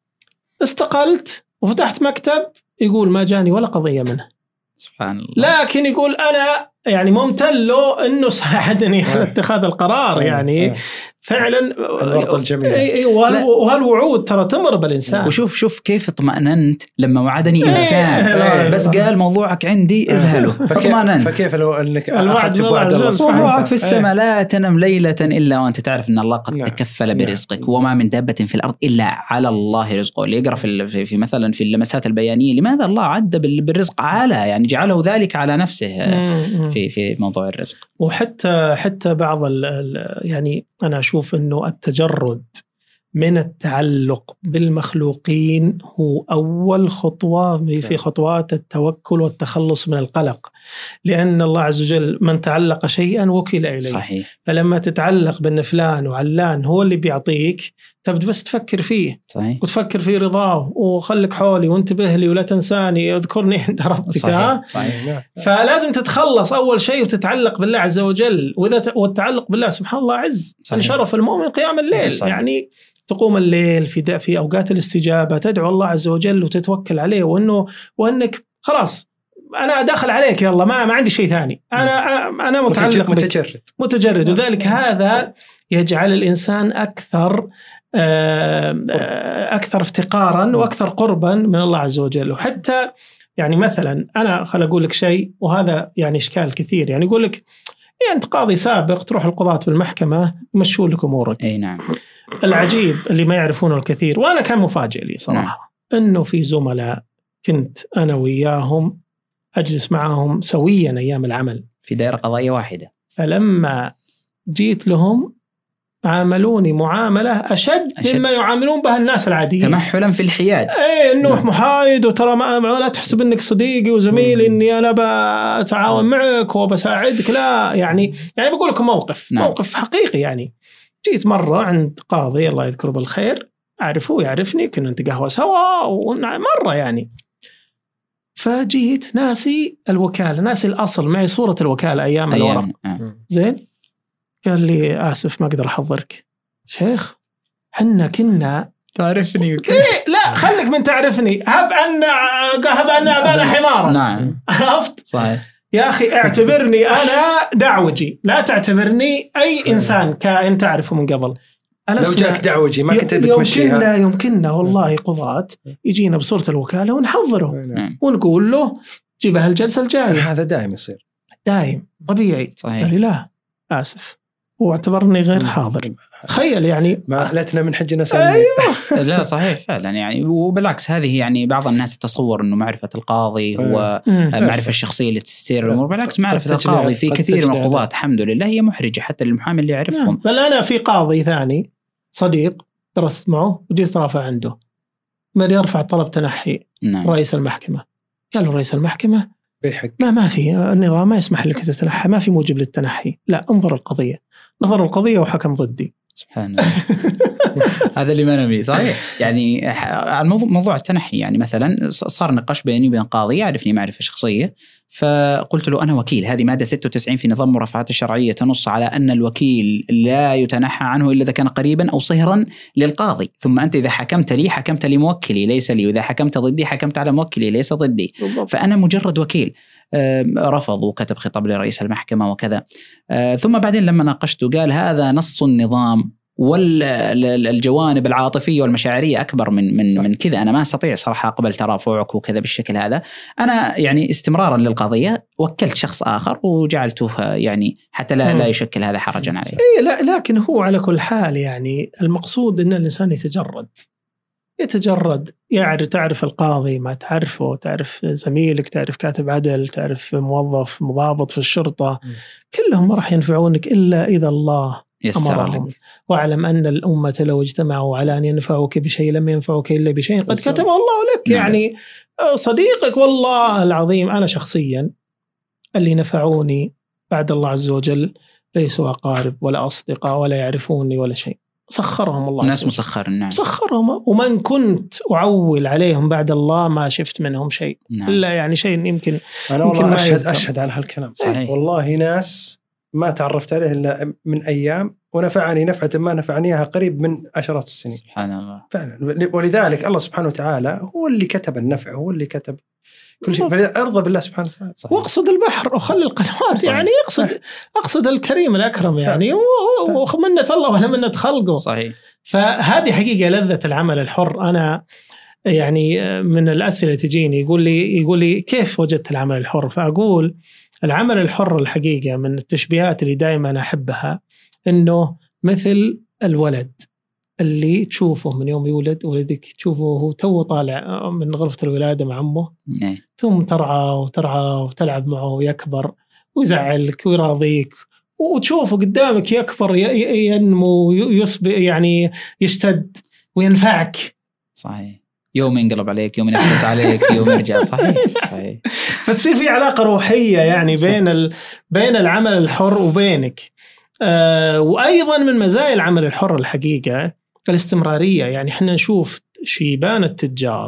استقلت وفتحت مكتب، يقول ما جاني ولا قضية منه، سبحان الله. لكن يقول أنا يعني ممتن له أنه ساعدني على اتخاذ القرار. يعني فعلا الورطة الجميلة. وهالوعود ترى تمر بالإنسان. وشوف شوف كيف اطمأننت لما وعدني إنسان بس قال موضوعك عندي ازهله، اطمأننت. فكيف لو أنك أخذت بوعد الله موضوعك في السماء لا تنم ليلة إلا وأنت تعرف أن الله قد تكفل برزقك، وما من دابة في الأرض إلا على الله رزقه. اللي يقرأ في, في مثلا في اللمسات البيانية لماذا الله عد بالرزق على، يعني جعله ذلك على نفسه في في موضوع الرزق. وحتى حتى بعض ال يعني أنا أشوف أنه التجرد من التعلق بالمخلوقين هو أول خطوة في خطوات التوكل والتخلص من القلق، لأن الله عز وجل من تعلق شيئا وكل إليه. صحيح. فلما تتعلق بأن فلان وعلان هو اللي بيعطيك، تبدأ بس تفكر فيه. صحيح. وتفكر في رضاه، وخلك حولي وانتبه لي ولا تنساني اذكرني عند ربك. صحيح. صحيح. فلازم تتخلص أول شيء وتتعلق بالله عز وجل، وإذا والتعلق بالله سبحان الله عز من شرف المؤمن قيام الليل. صحيح. يعني تقوم الليل في في أوقات الاستجابة، تدعو الله عز وجل وتتوكل عليه، وأنه وأنك خلاص أنا داخل عليك يا الله، ما ما عندي شيء ثاني، أنا أنا متعلق متجرد متجرد وذلك هذا يجعل الإنسان أكثر أكثر افتقارا وأكثر قربا من الله عز وجل. وحتى يعني مثلا أنا خل أقول لك شيء، وهذا يعني إشكال كثير، يعني يقول لك إيه أنت قاضي سابق تروح القضاة بالمحكمة يمشون لك أمورك. أي نعم. العجيب اللي ما يعرفونه الكثير، وأنا كان مفاجئ لي صراحة، نعم. أنه في زملاء كنت أنا وياهم أجلس معهم سويا أيام العمل في دائرة قضائية واحدة، فلما جيت لهم عاملوني معاملة أشد, أشد مما يعاملون بها الناس العاديين، تمحلا في الحياد. إيه إنه نعم. محايد، وترى ما لا تحسب إنك صديقي وزميلي إني أنا بتعاون معك وبساعدك، لا يعني يعني بقول لكم موقف نعم. موقف حقيقي. يعني جيت مرة عند قاضي الله يذكره بالخير، أعرفه يعرفني، كنا نتقهوى سوا ومرة يعني، فجيت ناسي الوكالة، ناسي الأصل، معي صورة الوكالة أيام الورق. زين قال لي آسف ما أقدر أحضرك. شيخ حنا كنا تعرفني إيه لا خليك من تعرفني، هب أن هب أن أبانا حمارا. نعم عرفت صحيح يا أخي، اعتبرني أنا دعوجي، لا تعتبرني أي إنسان كائن تعرفه من قبل. لو جاك دعوجي ما كنت بتمشيها. يمكننا يمكننا والله قضاة يجينا بصورة الوكالة ونحضره ونقول له جيبها الجلسة الجاية. هذا دائم يصير، دائم طبيعي. صحيح. قال لي لا آسف، واعتبرني غير حاضر. تخيل يعني ما لتنا من حجنا سلمي. أيوة. لا صحيح فعلا يعني، وبالعكس هذه يعني بعض الناس تصور انه معرفة القاضي هو معرفة الشخصية اللي تستير الامور، بالعكس معرفة القاضي في كثير من القضاة الحمد لله هي محرجة حتى للمحامي اللي يعرفهم. بل انا في قاضي ثاني صديق درست معه وجيت رافع عنده، ما يرفع طلب تنحي نعم. رئيس المحكمة قال له رئيس المحكمة بيحق ما ما في النظام ما يسمح لك تتنحى، ما في موجب للتنحي، لا انظر القضية، نظر القضية وحكم ضدي. سبحان الله. هذا اللي ما نبي. صحيح يعني على موضوع التنحي، يعني مثلا صار نقاش بيني وبين قاضي يعرفني معرفة شخصية، فقلت له أنا وكيل، هذه مادة ستة وتسعين في نظام مرافعات الشرعية تنص على أن الوكيل لا يتنحى عنه إلا إذا كان قريبا أو صهرا للقاضي، ثم أنت إذا حكمت لي حكمت لموكلي ليس لي، وإذا حكمت ضدي حكمت على موكلي ليس ضدي، فأنا مجرد وكيل. رفض وكتب خطاب لرئيس المحكمة وكذا. ثم بعدين لما ناقشته قال هذا نص النظام، والجوانب العاطفية والمشاعرية أكبر من من من كذا. أنا ما أستطيع صراحة أقبل ترافعك وكذا بالشكل هذا. أنا يعني استمرارا للقضية وكلت شخص آخر وجعلته يعني حتى لا لا يشكل هذا حرجا عليه. إيه لا، لكن هو على كل حال يعني المقصود أن الإنسان يتجرد يتجرد يعني تعرف القاضي ما تعرفه، تعرف زميلك، تعرف كاتب عدل، تعرف موظف مضابط في الشرطة، م. كلهم ما راح ينفعونك إلا إذا الله أمرهم. واعلم أن الأمة لو اجتمعوا على أن ينفعوك بشيء لم ينفعوك إلا بشيء قد كتبه الله لك. نعم. يعني صديقك والله العظيم أنا شخصيا اللي نفعوني بعد الله عز وجل ليسوا أقارب ولا أصدقاء ولا يعرفوني ولا شيء، سخرهم الله. ناس مسخر. نعم. سخرهم، ومن كنت أعول عليهم بعد الله ما شفت منهم شيء. نعم. إلا يعني شيء يمكن أنا والله يمكن أشهد أشهد على هالكلام. صحيح. والله ناس ما تعرفت عليه إلا من أيام ونفعني نفعة ما نفعنيها قريب من عشرات السنين. سبحان الله. فعلا. ولذلك الله سبحانه وتعالى هو اللي كتب النفع، هو اللي كتب كل شيء. فأرضى بالله سبحانه وتعالى. واقصد البحر وخلي القنوات. يعني يقصد أقصد الكريم الأكرم يعني، ومنة الله ولا منة خلقه. صحيح. فهذه حقيقة لذة العمل الحر. أنا يعني من الأسئلة تجيني يقول لي يقول لي كيف وجدت العمل الحر؟ فأقول العمل الحر الحقيقة من التشبيهات اللي دائما أحبها إنه مثل الولد اللي تشوفه من يوم يولد ولدك، تشوفه هو تو طالع من غرفة الولادة مع أمه، ثم ترعى وترعى وتلعب معه ويكبر ويزعلك ويراضيك، وتشوفه قدامك يكبر ينمو يصبح يعني يشتد وينفعك. صحيح. يوم ينقلب عليك، يوم ينفس عليك، يوم يرجع. صحيح. صحيح. فتصير في علاقة روحية يعني بين ال... بين العمل الحر وبينك. آه وأيضا من مزايا العمل الحر الحقيقة الاستمرارية. يعني احنا نشوف شيبان التجار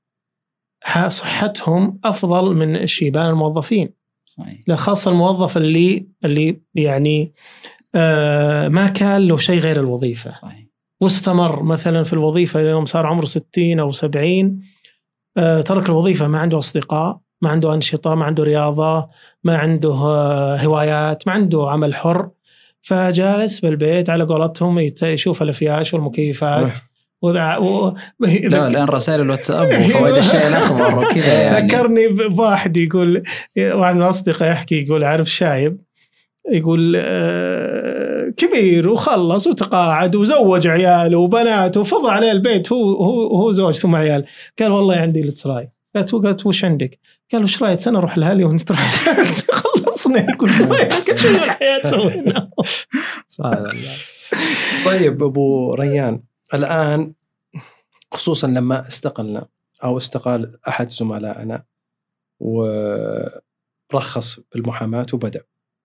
صحتهم أفضل من شيبان الموظفين. صحيح. لخاصة الموظف اللي اللي يعني آه ما كان له شيء غير الوظيفة. صحيح. واستمر مثلا في الوظيفة يوم صار عمره ستين أو سبعين، آه ترك الوظيفة، ما عنده أصدقاء، ما عنده أنشطة، ما عنده رياضة، ما عنده آه هوايات، ما عنده عمل حر، فجالس بالبيت على قولتهم يشوف الأفياش والمكيفات. وذع... و... لا الآن رسائل الواتساب وفوائد الشاي الأخضر وكذا يعني. ذكرني بواحد يقول، واحد من الأصدقاء يحكي يقول عارف شايب، يقول آه كبير وخلص وتقاعد وزوج عياله وبناته وفضى عليه البيت هو هو هو زوج ثم عيال. قال والله عندي لتراي. قالت قالت وش عندك؟ قال وش رايك سنة أروح لهالي ونتراي خلصنا. يقول شو الحياة سوينا. طيب أبو ريان، الآن خصوصا لما استقلنا أو استقال أحد زملائنا ورخص بالمحاماة وبدأ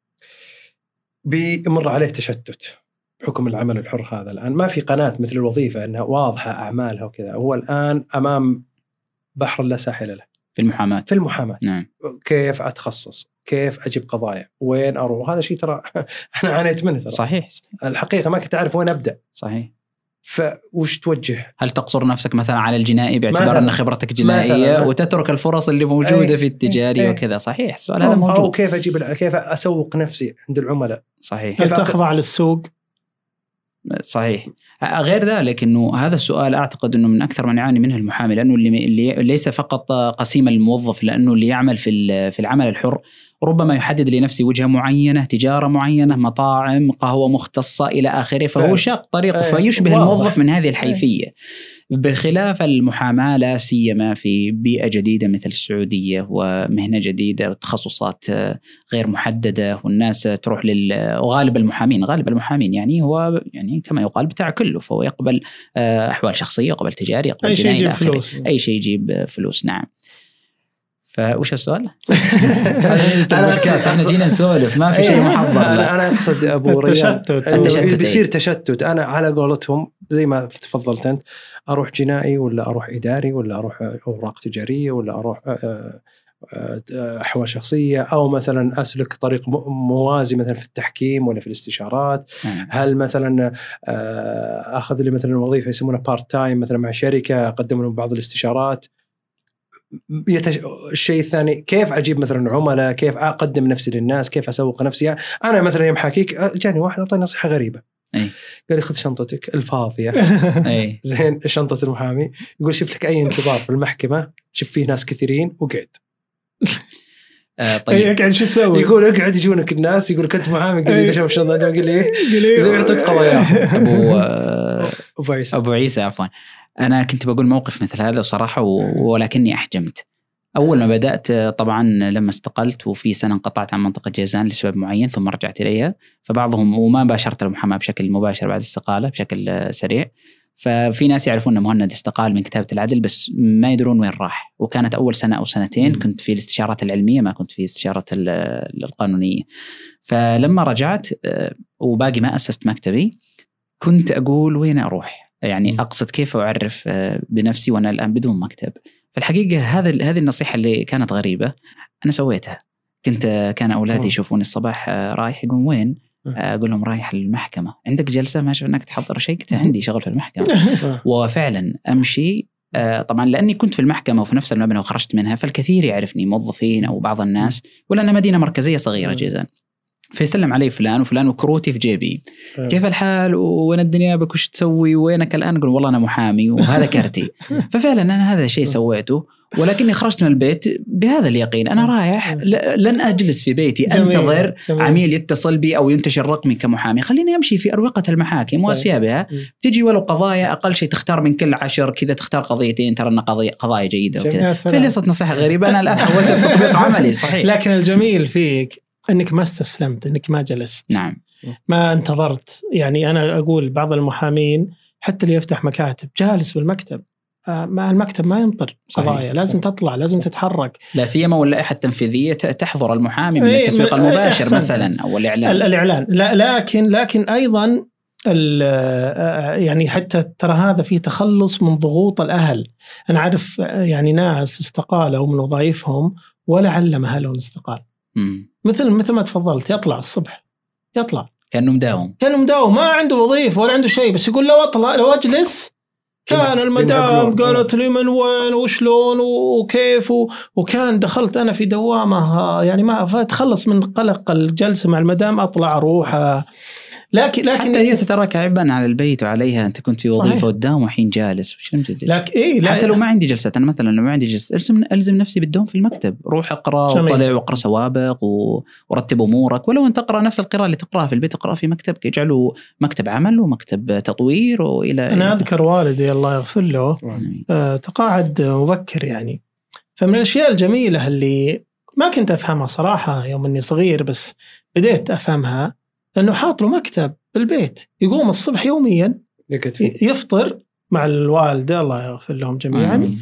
بيمر عليه تشتت حكم العمل الحر هذا. الآن ما في قناة مثل الوظيفة أنها واضحة أعمالها وكذا. هو الآن أمام بحر لا ساحل له في المحاماة. في المحاماة. نعم. كيف أتخصص، كيف أجيب قضايا، وين أروح. هذا شيء ترى أنا عانيت منه ترى. صحيح. الحقيقة ما كنت أعرف وين أبدأ. صحيح. فوش توجه؟ هل تقصر نفسك مثلا على الجنائي باعتبار أن خبرتك جنائية وتترك الفرص اللي موجودة أي في التجاري أي وكذا؟ صحيح. السؤال هذا موجود. أو كيف أجيب كيف أسوق نفسي عند العملاء؟ صحيح. هل تخضع للسوق؟ صحيح. غير ذلك أنه هذا السؤال أعتقد أنه من أكثر من يعاني منه المحامي، لأنه اللي, اللي ليس فقط قسيم الموظف، لأنه اللي يعمل في في العمل الحر ربما يحدد لنفسه وجهة معينة، تجارة معينة، مطاعم، قهوة مختصة إلى آخره، فهو شاق طريقه فيشبه الموظف من هذه الحيثية. بخلاف المحاماة لا سيما في بيئة جديدة مثل السعودية ومهنة جديدة وتخصصات غير محددة، والناس تروح لل وغالب المحامين غالب المحامين يعني هو يعني كما يقال بتاع كله، فهو يقبل أحوال شخصية، يقبل تجاري، يقبل أي شيء يجيب فلوس. أي شيء يجيب فلوس. نعم. فوش السؤال؟ أنا احنا جينا نسولف ما في شيء محضر. أنا أقصد أبو ريان التشتت بيصير تشتت. أنا على قولتهم زي ما تفضلت أنت، أروح جنائي ولا أروح إداري ولا أروح أوراق تجارية ولا أروح أحوال شخصية، أو مثلا أسلك طريق موازي مثلا في التحكيم ولا في الاستشارات. هل مثلا أخذ لي مثلا وظيفة يسمونها بارت تايم مثلا مع شركة أقدم لهم بعض الاستشارات. يتش... الشيء الثاني كيف أجيب مثلا عملاء، كيف أقدم نفسي للناس، كيف أسوق نفسي. يعني أنا مثلا يوم حكيك جاني واحد أعطاني نصيحة غريبة، أي. قال لي خذ شنطتك الفاضية أي. زين شنطة المحامي، يقول شوف لك أي انتظار في المحكمة شوف فيه ناس كثيرين وقعد. آه طيب اقعد شو تسوي؟ يقول اقعد يجونك الناس يقول كنت محامي، قال لي شوف الشنطة، قال لي ايه زي يعطيك قضايا. ابو آه ابو عيسى ابو عيسى عفوا. انا كنت بقول موقف مثل هذا صراحه ولكني احجمت. اول ما بدات طبعا لما استقلت وفي سنه انقطعت عن منطقه جيزان لسبب معين ثم رجعت اليها، فبعضهم وما باشرت المحاماه بشكل مباشر بعد الاستقاله بشكل سريع، ففي ناس يعرفون ان مهند استقال من كتابه العدل بس ما يدرون وين راح. وكانت اول سنه او سنتين كنت في الاستشارات العلميه ما كنت في استشارات القانونيه. فلما رجعت وباقي ما اسست مكتبي كنت اقول وين اروح، يعني اقصد كيف اعرف بنفسي وانا الان بدون مكتب. فالحقيقه هذا هذه النصيحه اللي كانت غريبه انا سويتها. كنت كان اولادي يشوفوني الصباح رايح يقولون وين، اقول لهم رايح المحكمه. عندك جلسه ما انك تحضر شيء؟ قلت عندي شغل في المحكمه. وفعلا امشي طبعا لاني كنت في المحكمه وفي نفس المبنى وخرجت منها، فالكثير يعرفني موظفين او بعض الناس، ولأنها مدينه مركزيه صغيره جيزان، فيسلم علي فلان وفلان وكروتي في جيبي، كيف الحال وين الدنيا بك وش تسوي وينك الآن؟ أقول والله أنا محامي وهذا كرتي. ففعلا أنا هذا الشيء سويته، ولكني خرجت من البيت بهذا اليقين أنا رايح لن أجلس في بيتي جميل. أنتظر جميل. عميل يتصل بي أو ينتشر رقمي كمحامي، خليني أمشي في أروقة المحاكم وأسيابها. تجي ولو قضايا أقل شيء تختار من كل عشر كذا تختار قضيتين، ترى أن قضايا قضايا جيدة وكذا. فليست نصيحة غريبة، أنا الآن حولت التطبيق عملي صحيح. لكن الجميل فيك أنك ما استسلمت، أنك ما جلست، نعم، ما انتظرت. يعني أنا أقول بعض المحامين حتى اللي يفتح مكاتب جالس بالمكتب، مع المكتب ما ينطر قضايا، لازم تطلع، لازم تتحرك. لا سيما واللائحة التنفيذية تحضر المحامي من التسويق المباشر أحسنت. مثلا أو الإعلان الإعلان لا لكن لكن أيضا يعني حتى ترى هذا فيه تخلص من ضغوط الأهل. أنا أعرف يعني ناس استقالوا من وظائفهم ولا علم أهلهم استقال. مم. مثل مثل ما تفضلت، يطلع الصبح يطلع كأنه مداوم كأنه مداوم ما عنده وظيفة ولا عنده شيء، بس يقول لو أطلع لو أجلس كان المدام قالت لي من وين وشلون وكيف، وكان دخلت أنا في دوامة يعني ما فتخلص من قلق الجلسة مع المدام، أطلع أروح. لكن لكن حتى هي ستراك عبئا على البيت وعليها. أنت كنت في وظيفة قدام وحين جالس وش لم تجلس. لكن إيه حتى لو ما عندي جلسة، أنا مثلا لو ما عندي جلسة ألزم ألزم نفسي بالدوم في المكتب، روح أقرأ وطلع وأقرأ سوابق ورتب أمورك. ولو أن تقرأ نفس القراءة اللي تقرأها في البيت تقرأ في مكتبك، يجعله مكتب عمل ومكتب تطوير وإلى. أنا أذكر والدي الله يغفر له آه تقاعد مبكر يعني، فمن الأشياء الجميلة اللي ما كنت أفهمها صراحة يوم أني صغير بس بديت أفهمها، أنه حاط له مكتب بالبيت، يقوم الصبح يوميا يفطر مع الوالدة الله يغفر لهم جميعا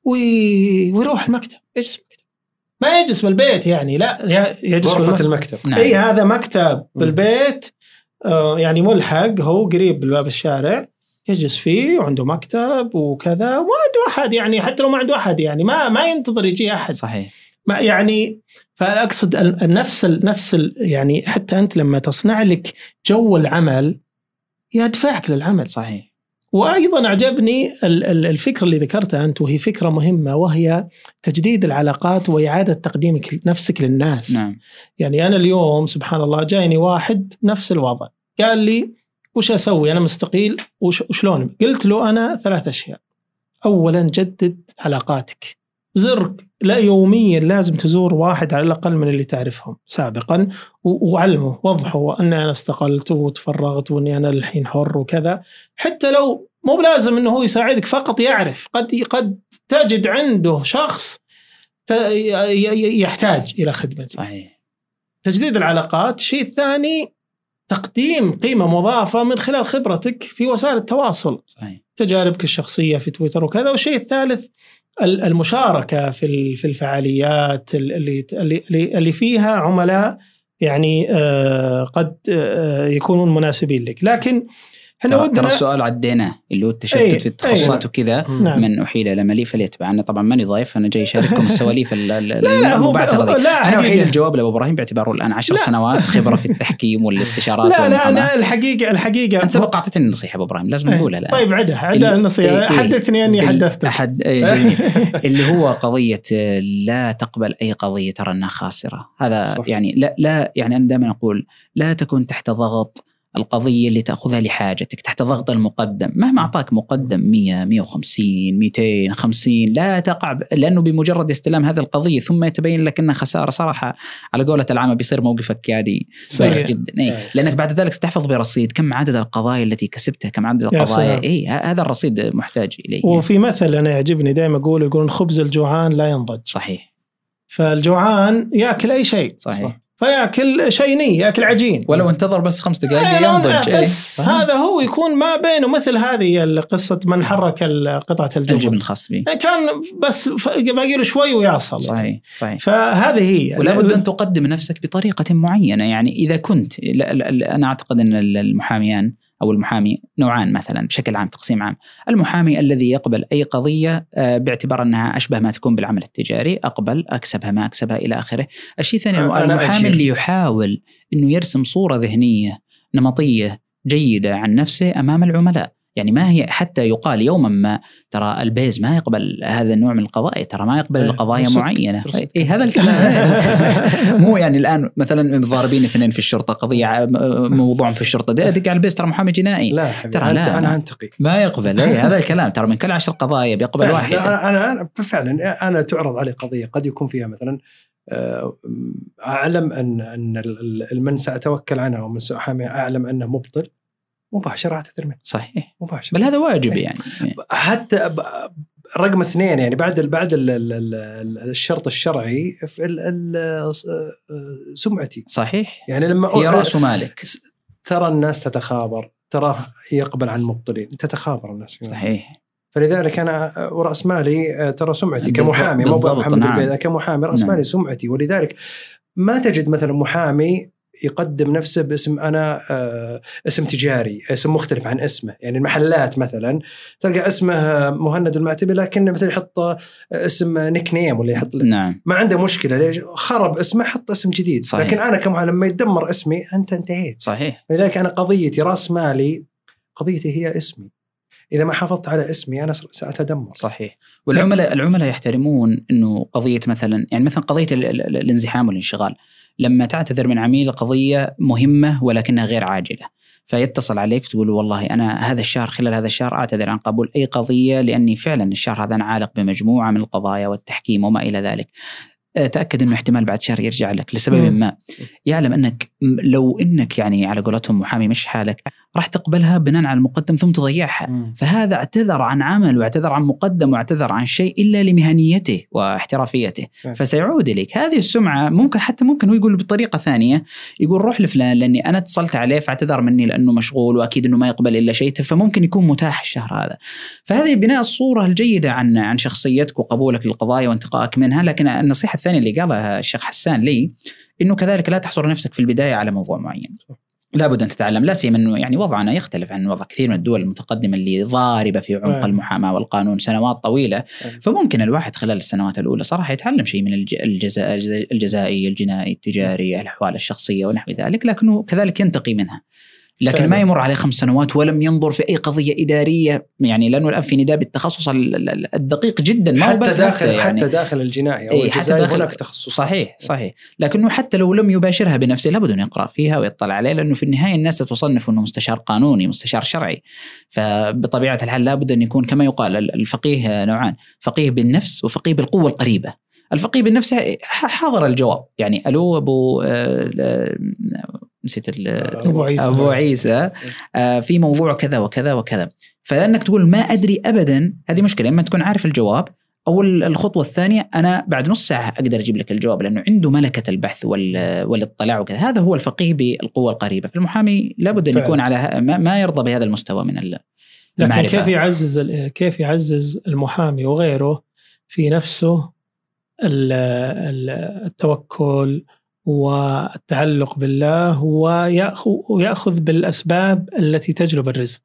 ويروح المكتب، يجلس مكتب، ما يجلس بالبيت يعني، لا يجلس غرفة المكتب. نعم. أي هذا مكتب بالبيت آه يعني ملحق، هو قريب بالباب الشارع، يجلس فيه وعنده مكتب وكذا، وما عنده أحد يعني، حتى لو ما عنده أحد يعني ما ما ينتظر يجي أحد. صحيح. ما يعني فأقصد النفس النفس يعني حتى أنت لما تصنع لك جو العمل يدفعك للعمل. صحيح. وأيضا أعجبني الفكرة اللي ذكرتها أنت، وهي فكرة مهمة، وهي تجديد العلاقات وإعادة تقديمك نفسك للناس. نعم. يعني أنا اليوم سبحان الله جايني واحد نفس الوضع قال لي وش أسوي أنا مستقيل وشلون، قلت له أنا ثلاث أشياء. أولا جدد علاقاتك، زر لا يوميا لازم تزور واحد على الأقل من اللي تعرفهم سابقا وعلمه وضحه أن أنا استقلت وتفرغت وأني أنا الحين حر وكذا، حتى لو مو بلازم أنه هو يساعدك فقط يعرف، قد قد تجد عنده شخص يحتاج إلى خدمة. صحيح. تجديد العلاقات. الشيء الثاني تقديم قيمة مضافة من خلال خبرتك في وسائل التواصل. صحيح. تجاربك الشخصية في تويتر وكذا. والشيء الثالث المشاركة في في الفعاليات اللي اللي اللي فيها عملاء يعني قد يكونون مناسبين لك. لكن احنا ترى ودنا السؤال عديناه اللي هو التشتت أي. في التخصصات أي. وكذا. نعم. من أحيل إلى مليء فليتبع. أنا طبعا ماني ضيف، أنا جاي أشارككم السواليف المبعثرة دي. لا أنا أحيل الجواب لأبو إبراهيم باعتباره الآن عشر لا. سنوات خبرة في التحكيم والاستشارات. لا لا أنا الحقيقة الحقيقة أنت سبق أعطيتني النصيحة أبو إبراهيم لازم نقولها الآن. طيب عدها عدها النصيحة. حدثني أني حدثته. أحد اللي هو قضية لا تقبل أي قضية ترى أنها خاسرة. هذا صح. يعني لا لا يعني أنا دائما أقول لا تكون تحت ضغط القضية اللي تأخذها لحاجتك، تحت ضغط المقدم. مهما أعطاك مقدم مية مية وخمسين ميتين خمسين لا تقع، لأنه بمجرد استلام هذه القضية ثم يتبين لك أنها خسارة صراحة على قولة العامة بيصير موقفك يعني بايخ جدا. إيه؟ لأنك بعد ذلك ستحفظ برصيد كم عدد القضايا التي كسبتها، كم عدد القضايا. إيه هذا الرصيد محتاج إليه. وفي مثل أنا يعجبني دائما أقول يقولون خبز الجوعان لا ينضج. صحيح. فالجوعان يأكل أي شيء. صحيح. صح. فيأكل شيء ني، يأكل عجين، ولو انتظر بس خمس دقائق ينضج. بس أيه. هذا هو يكون ما بينه مثل هذه القصة من حرك قطعة الجبن الجبن الخاص به كان بس باقي له شوي ويصل. صحيح صحيح. فهذه هي. ولا بد أن تقدم نفسك بطريقة معينة. يعني إذا كنت لا لا أنا أعتقد أن المحاميان أو المحامي نوعان مثلا بشكل عام، تقسيم عام. المحامي الذي يقبل أي قضية باعتبار أنها أشبه ما تكون بالعمل التجاري، أقبل أكسبها ما أكسبها إلى آخره. الشيء الثاني المحامي اللي يحاول أنه يرسم صورة ذهنية نمطية جيدة عن نفسه أمام العملاء. يعني ما هي حتى يقال يوما ما ترى البيز ما يقبل هذا النوع من القضايا، ترى ما يقبل القضايا معينة. إيه هذا الكلام. مو يعني الآن مثلا ضاربين اثنين في الشرطة قضية موضوع في الشرطة ده أدق على البيز ترى محامي جنائي. لا ترى لا أنا أنتقي ما يقبل. إيه هذا الكلام. ترى من كل عشر قضايا بيقبل واحد. أنا أنا أنا فعلا أنا تعرض علي قضية قد يكون فيها مثلا أعلم أن أن المن سأتوكل عنه ومن سأحامي أعلم أنه مبطل، مباشرة اعتذر منه. صحيح مباشرة. بل هذا واجب يعني. حتى رقم اثنين يعني بعد ال بعد ال ال الشرط الشرعي في ال ال سمعتي. صحيح. يعني لما هي رأس مالك. ترى الناس تتخابر، ترى يقبل عن مبطلين، تتخابر الناس فيهم. صحيح. فلذلك أنا ورأس مالي ترى سمعتي كمحامي، مو محمد نعم. البيض كمحامي رأس نعم. مالي سمعتي. ولذلك ما تجد مثلا محامي يقدم نفسه باسم أنا آه اسم تجاري، اسم مختلف عن اسمه. يعني المحلات مثلا تلقى اسمه مهند المعتبي لكن مثلا يحط اسم نيك نيم ولا يحط نعم. ما عنده مشكلة، ليش خرب اسمه حط اسم جديد. صحيح. لكن أنا كمحامي لما يدمر اسمي أنت انتهيت. صحيح. لذلك أنا قضيتي رأس مالي، قضيتي هي اسمي. إذا ما حافظت على اسمي أنا سأتدمر. صحيح. والعملاء العملاء يحترمون إنه قضية مثلا يعني مثلا قضية الانزحام والانشغال، لما تعتذر من عميل قضية مهمة ولكنها غير عاجلة فيتصل عليك تقول والله أنا هذا الشهر خلال هذا الشهر أعتذر عن قبول أي قضية لأني فعلا الشهر هذا أنا عالق بمجموعة من القضايا والتحكيم وما إلى ذلك. تأكد أنه احتمال بعد شهر يرجع لك لسبب ما. يعلم أنك لو أنك يعني على قولتهم محامي مش حالك راح تقبلها بناء على المقدم ثم تضيعها. م. فهذا اعتذر عن عمل واعتذر عن مقدم واعتذر عن شيء إلا لمهنيته واحترافيته. م. فسيعود إليك هذه السمعة. ممكن حتى ممكن هو يقول بطريقة ثانية، يقول روح لفلان لأني أنا اتصلت عليه فاعتذر مني لأنه مشغول وأكيد أنه ما يقبل إلا شيء، فممكن يكون متاح الشهر هذا. فهذه بناء الصورة الجيدة عن عن شخصيتك وقبولك للقضايا وانتقائك منها. لكن النصيحة الثانية اللي قالها الشيخ حسان لي إنه كذلك لا تحصر نفسك في البداية على موضوع معين. لابد أن تتعلم، لا سيما أنه يعني وضعنا يختلف عن وضع كثير من الدول المتقدمة اللي ضاربة في عمق المحاماة والقانون سنوات طويلة. فممكن الواحد خلال السنوات الأولى صراحة يتعلم شيء من الجزاء الجزائي الجنائي التجاري الأحوال الشخصية ونحو ذلك، لكنه كذلك ينتقي منها. لكن فعلا. ما يمر عليه خمس سنوات ولم ينظر في أي قضية إدارية، يعني لأنه الآن في نداء بالتخصص الدقيق جدا ما حتى بس داخل يعني حتى داخل الجنائي أو الجزائي هناك تخصص. صحيح صحيح. لكنه حتى لو لم يباشرها بنفسه لابد أن يقرأ فيها ويطلع عليه، لأنه في النهاية الناس تصنف أنه مستشار قانوني مستشار شرعي. فبطبيعة الحال لابد أن يكون كما يقال الفقيه نوعان، فقيه بالنفس وفقيه بالقوة القريبة. الفقيه بالنفس حاضر الجواب، يعني ألو أبو نسيت أبو عيسى, أبو عيسى آه في موضوع كذا وكذا وكذا. فلأنك تقول ما أدري أبدا هذه مشكلة. إما تكون عارف الجواب أو الخطوة الثانية أنا بعد نص ساعة أقدر أجيب لك الجواب، لأنه عنده ملكة البحث والاطلاع وكذا. هذا هو الفقيه بالقوة القريبة. فالمحامي لابد أن يكون على ما يرضى بهذا المستوى من المعرفة. لكن كيف يعزز كيف يعزز المحامي وغيره في نفسه التوكل والتعلق بالله ويأخذ بالأسباب التي تجلب الرزق.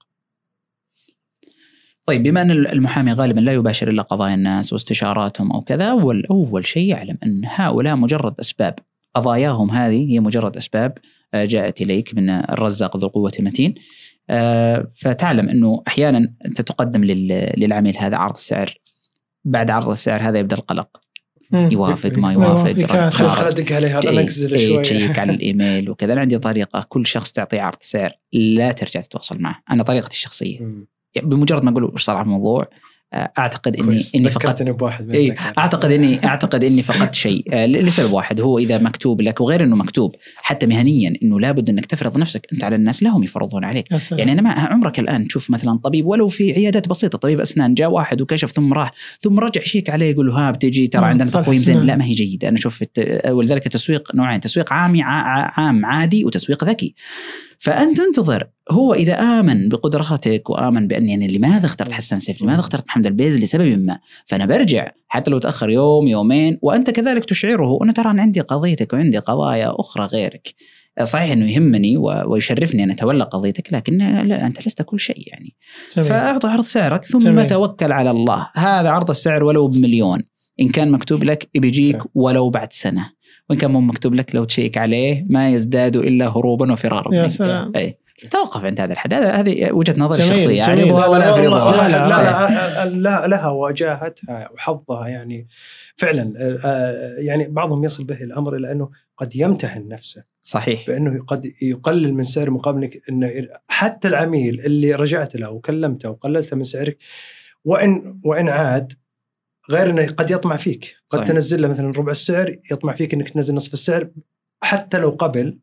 طيب بما أن المحامي غالبا لا يباشر إلا قضايا الناس واستشاراتهم أو كذا، أول أول شيء يعلم أن هؤلاء مجرد أسباب، قضاياهم هذه هي مجرد أسباب جاءت إليك من الرزاق ذو القوة المتين. فتعلم أنه أحيانا أنت تقدم للعميل هذا عرض السعر، بعد عرض السعر هذا يبدأ القلق، يوافق ما يوافق، خلدك عليها نكزل شوي، تشيك على الإيميل وكذا. عندي طريقة، كل شخص تعطي عرض سعر لا ترجع تتواصل معه، أنا طريقتي الشخصية. بمجرد ما أقول وش صار على الموضوع، أعتقد إني إني فقدت إيه أعتقد إني أعتقد إني فقدت شيء لسبب واحد، هو إذا مكتوب لك، وغير إنه مكتوب حتى مهنيا إنه لابد إنك تفرض نفسك أنت على الناس، لهم يفرضون عليك. يعني أنا ما عمرك الآن تشوف مثلا طبيب ولو في عيادات بسيطة، طبيب أسنان جاء واحد وكشف ثم راح ثم رجع شيك عليه يقول له ها بتجي ترى عندنا تقويم زين، لا ما هي جيدة. أنا شوف ولذلك التسويق نوعين، تسويق عامي عام عادي وتسويق ذكي. فأنت انتظر، هو إذا آمن بقدراتك وآمن بأن يعني لماذا اخترت حسان سيف، لماذا اخترت محمد البيز لسبب ما، فأنا برجع حتى لو تأخر يوم يومين، وأنت كذلك تشعره أنا ترى أن عندي قضيتك وعندي قضايا أخرى غيرك. صحيح أنه يهمني ويشرفني أن أتولى قضيتك، لكن لا، أنت لست كل شيء يعني. جميل. فأعطي عرض سعرك ثم جميل. توكل على الله. هذا عرض السعر ولو بمليون، إن كان مكتوب لك بيجيك ولو بعد سنة، وإن كان مو مكتوب لك لو تشيك عليه ما يزداد إلا هروبا وفرارا. يا سلام. أي توقف عند هذا الحد، هذه وجهة نظر جميل. الشخصية جميل. يعني. لا, ولا لا, لا, لا, لا, لا لها وجاهتها وحظها يعني فعلا. يعني بعضهم يصل به الأمر إلى أنه قد يمتهن نفسه، صحيح، بأنه قد يقلل من سعر مقابلك، إنه حتى العميل اللي رجعت له وكلمته وقللت من سعرك وإن وإن عاد، غير أنه قد يطمع فيك، قد صحيح. تنزل له مثلا ربع السعر، يطمع فيك أنك تنزل نصف السعر، حتى لو قبل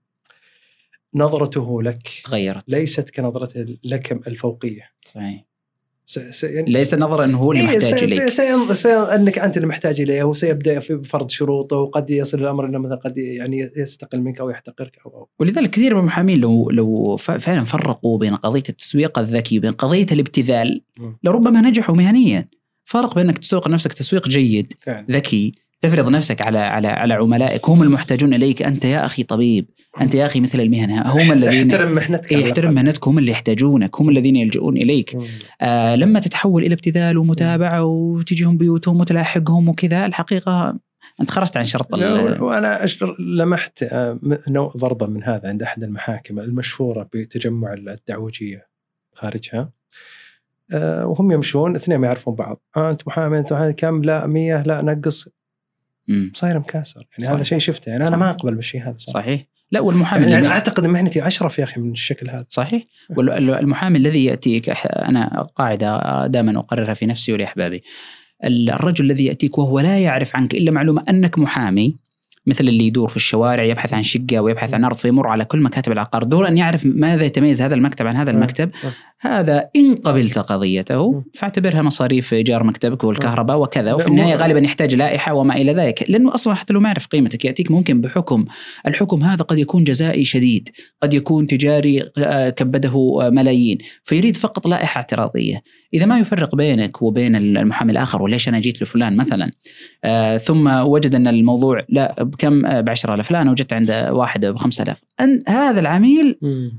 نظرته لك غيرت، ليست كنظرته لك الفوقية. صحيح. س... س... يعني ليس نظرة أنه هو اللي إيه محتاج إليك، سي... سي... أنك أنت اللي محتاج إليه، وسيبدأ في فرض شروطه، وقد يصل الأمر أنه مثلا قد يعني يستقل منك أو يحتقرك أو, أو. ولذلك كثير من المحامين لو لو فعلا فرقوا بين قضية التسويق الذكي وبين قضية الابتذال لربما نجحوا مهنيا. فرق بينك تسوق نفسك تسويق جيد فعلا. ذكي، تفرض نفسك على على على عملائك، هم المحتاجون إليك. أنت يا أخي طبيب، أنت يا أخي مثل المهنة، هم الذين احترم مهنتك، احترم مهنتك، هم اللي يحتاجونك، هم الذين يلجؤون إليك. آه لما تتحول إلى ابتذال ومتابعة وتجيهم بيوتهم وتلاحقهم وكذا، الحقيقة أنت خرجت عن شرط. وأنا لمحت نوع ضربة من هذا عند أحد المحاكم المشهورة بتجمع الدعوجية خارجها، آه وهم يمشون اثنين ما يعرفون بعض، آه أنت محامي، أنت محامي كم، لا مية، لا نقص، صاير مكاسر يعني. صحيح. هذا شيء شفته يعني. أنا ما أقبل بالشيء هذا. صحيح. صحيح. لا والمحامي يعني أعتقد أن مهنتي أشرف يا أخي من الشكل هذا. صحيح. والمحامي الذي يأتيك، أنا قاعدة دائما أقررها في نفسي ولأحبابي، الرجل الذي يأتيك وهو لا يعرف عنك إلا معلومة أنك محامي، مثل اللي يدور في الشوارع يبحث عن شقة ويبحث عن أرض فيمر على كل مكاتب العقار، دون أن يعرف ماذا يتميز هذا المكتب عن هذا المكتب. هذا إن قبلت قضيته فاعتبرها مصاريف إيجار مكتبك والكهرباء وكذا، وفي النهاية غالبا يحتاج لائحة وما إلى ذلك، لأنه أصلا حتى لو ما يعرف قيمتك يأتيك ممكن بحكم، الحكم هذا قد يكون جزائي شديد، قد يكون تجاري كبده ملايين، فيريد فقط لائحة اعتراضية. إذا ما يفرق بينك وبين المحامي الآخر، وليش أنا جيت لفلان مثلا آه ثم وجد أن الموضوع لا بكم بعشرة آلاف، لا أنا وجدت عند واحد بخمسة آلاف، هذا العميل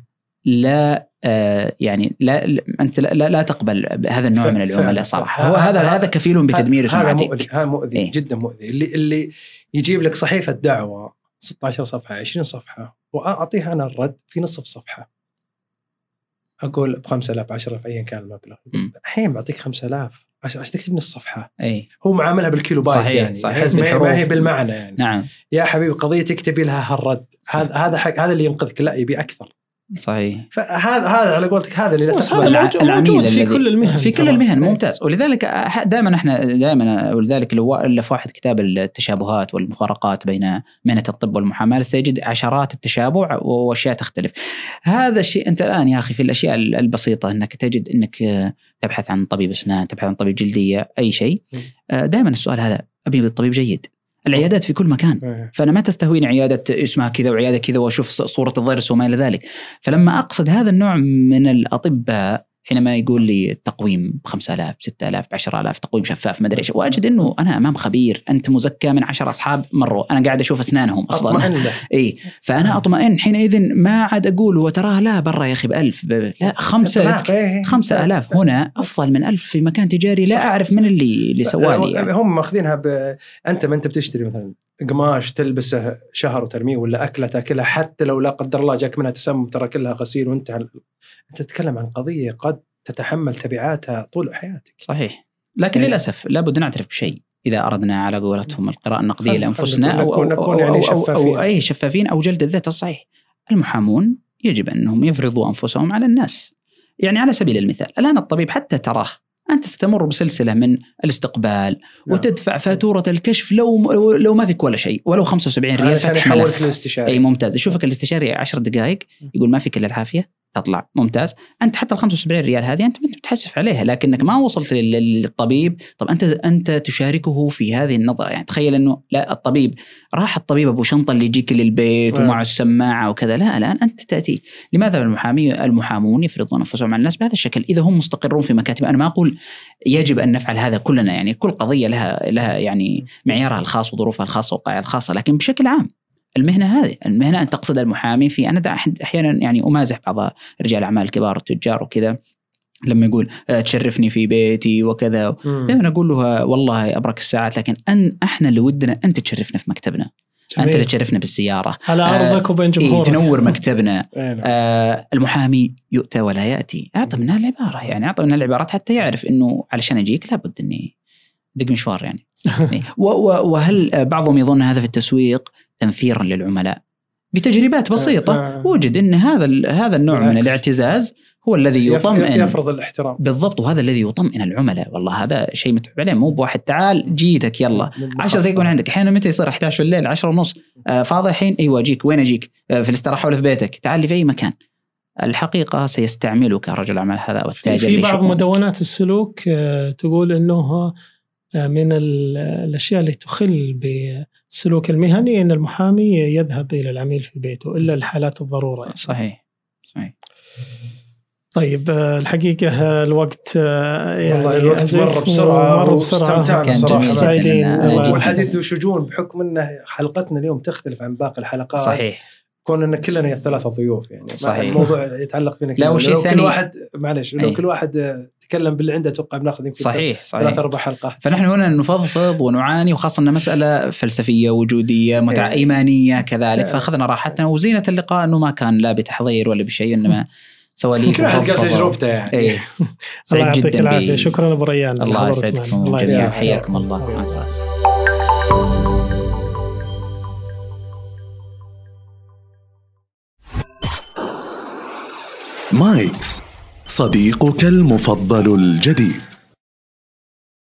لا آه يعني لا أنت لا, لا, لا تقبل هذا النوع من العملاء صراحة. هو هذا هذا كفيل بتدمير سمعتك. هذا مؤذي إيه؟ جدا مؤذي. اللي اللي يجيب لك صحيفة دعوة ستة عشر صفحة عشرين صفحة وأعطيها أنا الرد في نصف صفحة، أقول بخمسة آلاف عشرة آلاف أيا كان المبلغ، الحين بعطيك خمسة آلاف عشان تكتب نص صفحة. أي. هو معاملها بالكيلو بايت. صحيح. يعني صحيح. ما هي بالمعنى يعني. نعم. يا حبيبي قضية تكتبي لها هالرد، هذا هذا هذا اللي ينقذك، لا يبي أكثر. صحيح. فهذا هذا على قولتك هذا اللي هذا العميل في كل المهن في كل المهن ممتاز. ولذلك دائما احنا دائما ولذلك لو ألف واحد كتاب التشابهات والمفارقات بين مهنة الطب والمحاماة سيجد عشرات التشابه واشياء تختلف. هذا الشيء انت الان يا اخي في الاشياء البسيطه انك تجد انك تبحث عن طبيب اسنان، تبحث عن طبيب جلديه، اي شيء، دائما السؤال هذا ابي طبيب جيد. العيادات في كل مكان، فأنا ما تستهويني عيادة اسمها كذا وعيادة كذا وأشوف صورة الضرس وما إلى ذلك. فلما أقصد هذا النوع من الأطباء حينما يقول لي التقويم بخمسة آلاف ستة آلاف بعشرة آلاف تقويم شفاف ما أدري إيش، وأجد إنه أنا أمام خبير، أنت مزكى من عشر أصحاب مروا، أنا قاعد أشوف أسنانهم أصلا. إيه، فأنا أطمئن حينئذ، ما عاد أقول وتراه لا برا يا أخي بألف ب... لا خمسة خمسة آلاف هنا أفضل من ألف في مكان تجاري لا أعرف من اللي اللي سوالي يعني. هم ماخذينها ب... أنت ما أنت بتشتري مثلا قماش تلبسه شهر وترميه، ولا أكلة تأكلها حتى لو لا قدر الله جاك منها تسمم ترى كلها غسيل، وأنت أنت تتكلم عن قضية قد تتحمل تبعاتها طول حياتك. صحيح، لكن يعني للأسف لابد نعترف بشيء إذا أردنا على قولتهم القراءة النقدية لأنفسنا أو, أو, أو, يعني أو, أو, أو أي شفافين أو جلد الذات الصحيح. المحامون يجب أنهم يفرضوا أنفسهم على الناس. يعني على سبيل المثال الآن الطبيب حتى تراه أنت ستمر بسلسلة من الاستقبال نعم. وتدفع فاتورة الكشف لو لو ما فيك ولا شيء، ولو خمسة وسبعين ريال فتح ملف. أي ممتاز، يشوفك الاستشاري عشر دقائق يقول ما فيك إلا العافية تطلع ممتاز. أنت حتى الخمسة وسبعين ريال هذه أنت بتحسف عليها، لكنك ما وصلت للطبيب. طب أنت أنت تشاركه في هذه النظرة. يعني تخيل إنه لا الطبيب راح الطبيب أبو شنطة اللي يجيك للبيت ومعه السماعة وكذا، لا الآن أنت تأتي. لماذا المحامي المحامون يفرضون أنفسهم على الناس بهذا الشكل إذا هم مستقرون في مكاتب؟ أنا ما أقول يجب أن نفعل هذا كلنا، يعني كل قضية لها لها يعني معيارها الخاص وظروفها الخاصة وقائعها الخاصة، لكن بشكل عام المهنة هذه المهنة أن تقصد المحامي في أنا أحيانا يعني أمازح بعض رجال الأعمال الكبار التجار وكذا لما يقول تشرفني في بيتي وكذا، دائما أقول له والله أبرك الساعات، لكن أن إحنا اللي ودنا أنت تشرفنا في مكتبنا، جميل. أنت اللي تشرفنا بالسيارة على أرضك آه وبين جمهورك، إيه تنور مكتبنا. آه المحامي يؤتى ولا يأتي. أعطى منها العبارة، يعني أعطى منها العبارات حتى يعرف إنه علشان أجيك لابد إني دق مشوار يعني. وهل بعضهم يظن هذا في التسويق تنفيرا للعملاء؟ بتجربات بسيطة وجد أن هذا هذا النوع من الاعتزاز هو الذي يطمئن، يفرض الاحترام بالضبط، وهذا الذي يطمئن العملاء. والله هذا شيء متعب عليه، مو بواحد تعال جيتك يلا عشرة دقائق يكون عندك. أحيانا متى يصير أحد عشر الليل عشرة ونص آه فاضي الحين، أيوة أجيك. وين أجيك؟ آه في الاستراحة ولا في بيتك؟ تعال لي في أي مكان. الحقيقة سيستعملك رجل الأعمال هذا والتاجر. في بعض مدونات السلوك آه تقول أنه من الأشياء اللي تخل بالسلوك المهني أن المحامي يذهب إلى العميل في بيته إلا الحالات الضرورة يعني. صحيح صحيح. طيب الحقيقة الوقت يعني والله الوقت مر بسرعة، مر بسرعة. كان جميل سعيدين والحديث وشجون بحكم أن حلقتنا اليوم تختلف عن باقي الحلقات. صحيح. كون أن كلنا الثلاثة ضيوف يعني صحيح. الموضوع يتعلق بينا. لا وشيء ثاني كل واحد معلش لو كل واحد تكلم باللي عنده توقع بناخذ يمكن صحيح صحيح ثلاث أربع حلقات. فنحن هنا نفضفض ونعاني، وخاصة أن مسألة فلسفية وجودية متع إيمانية كذلك، فأخذنا راحتنا. وزينة اللقاء أنه ما كان لا بتحضير ولا بشيء، إنما سواليف وفضفض تجربته يعني. إيه. سعيد جدا العافية. شكرا أبو ريان. الله يسعدكم جميعا، حياكم الله. مايكس صديقك المفضل الجديد.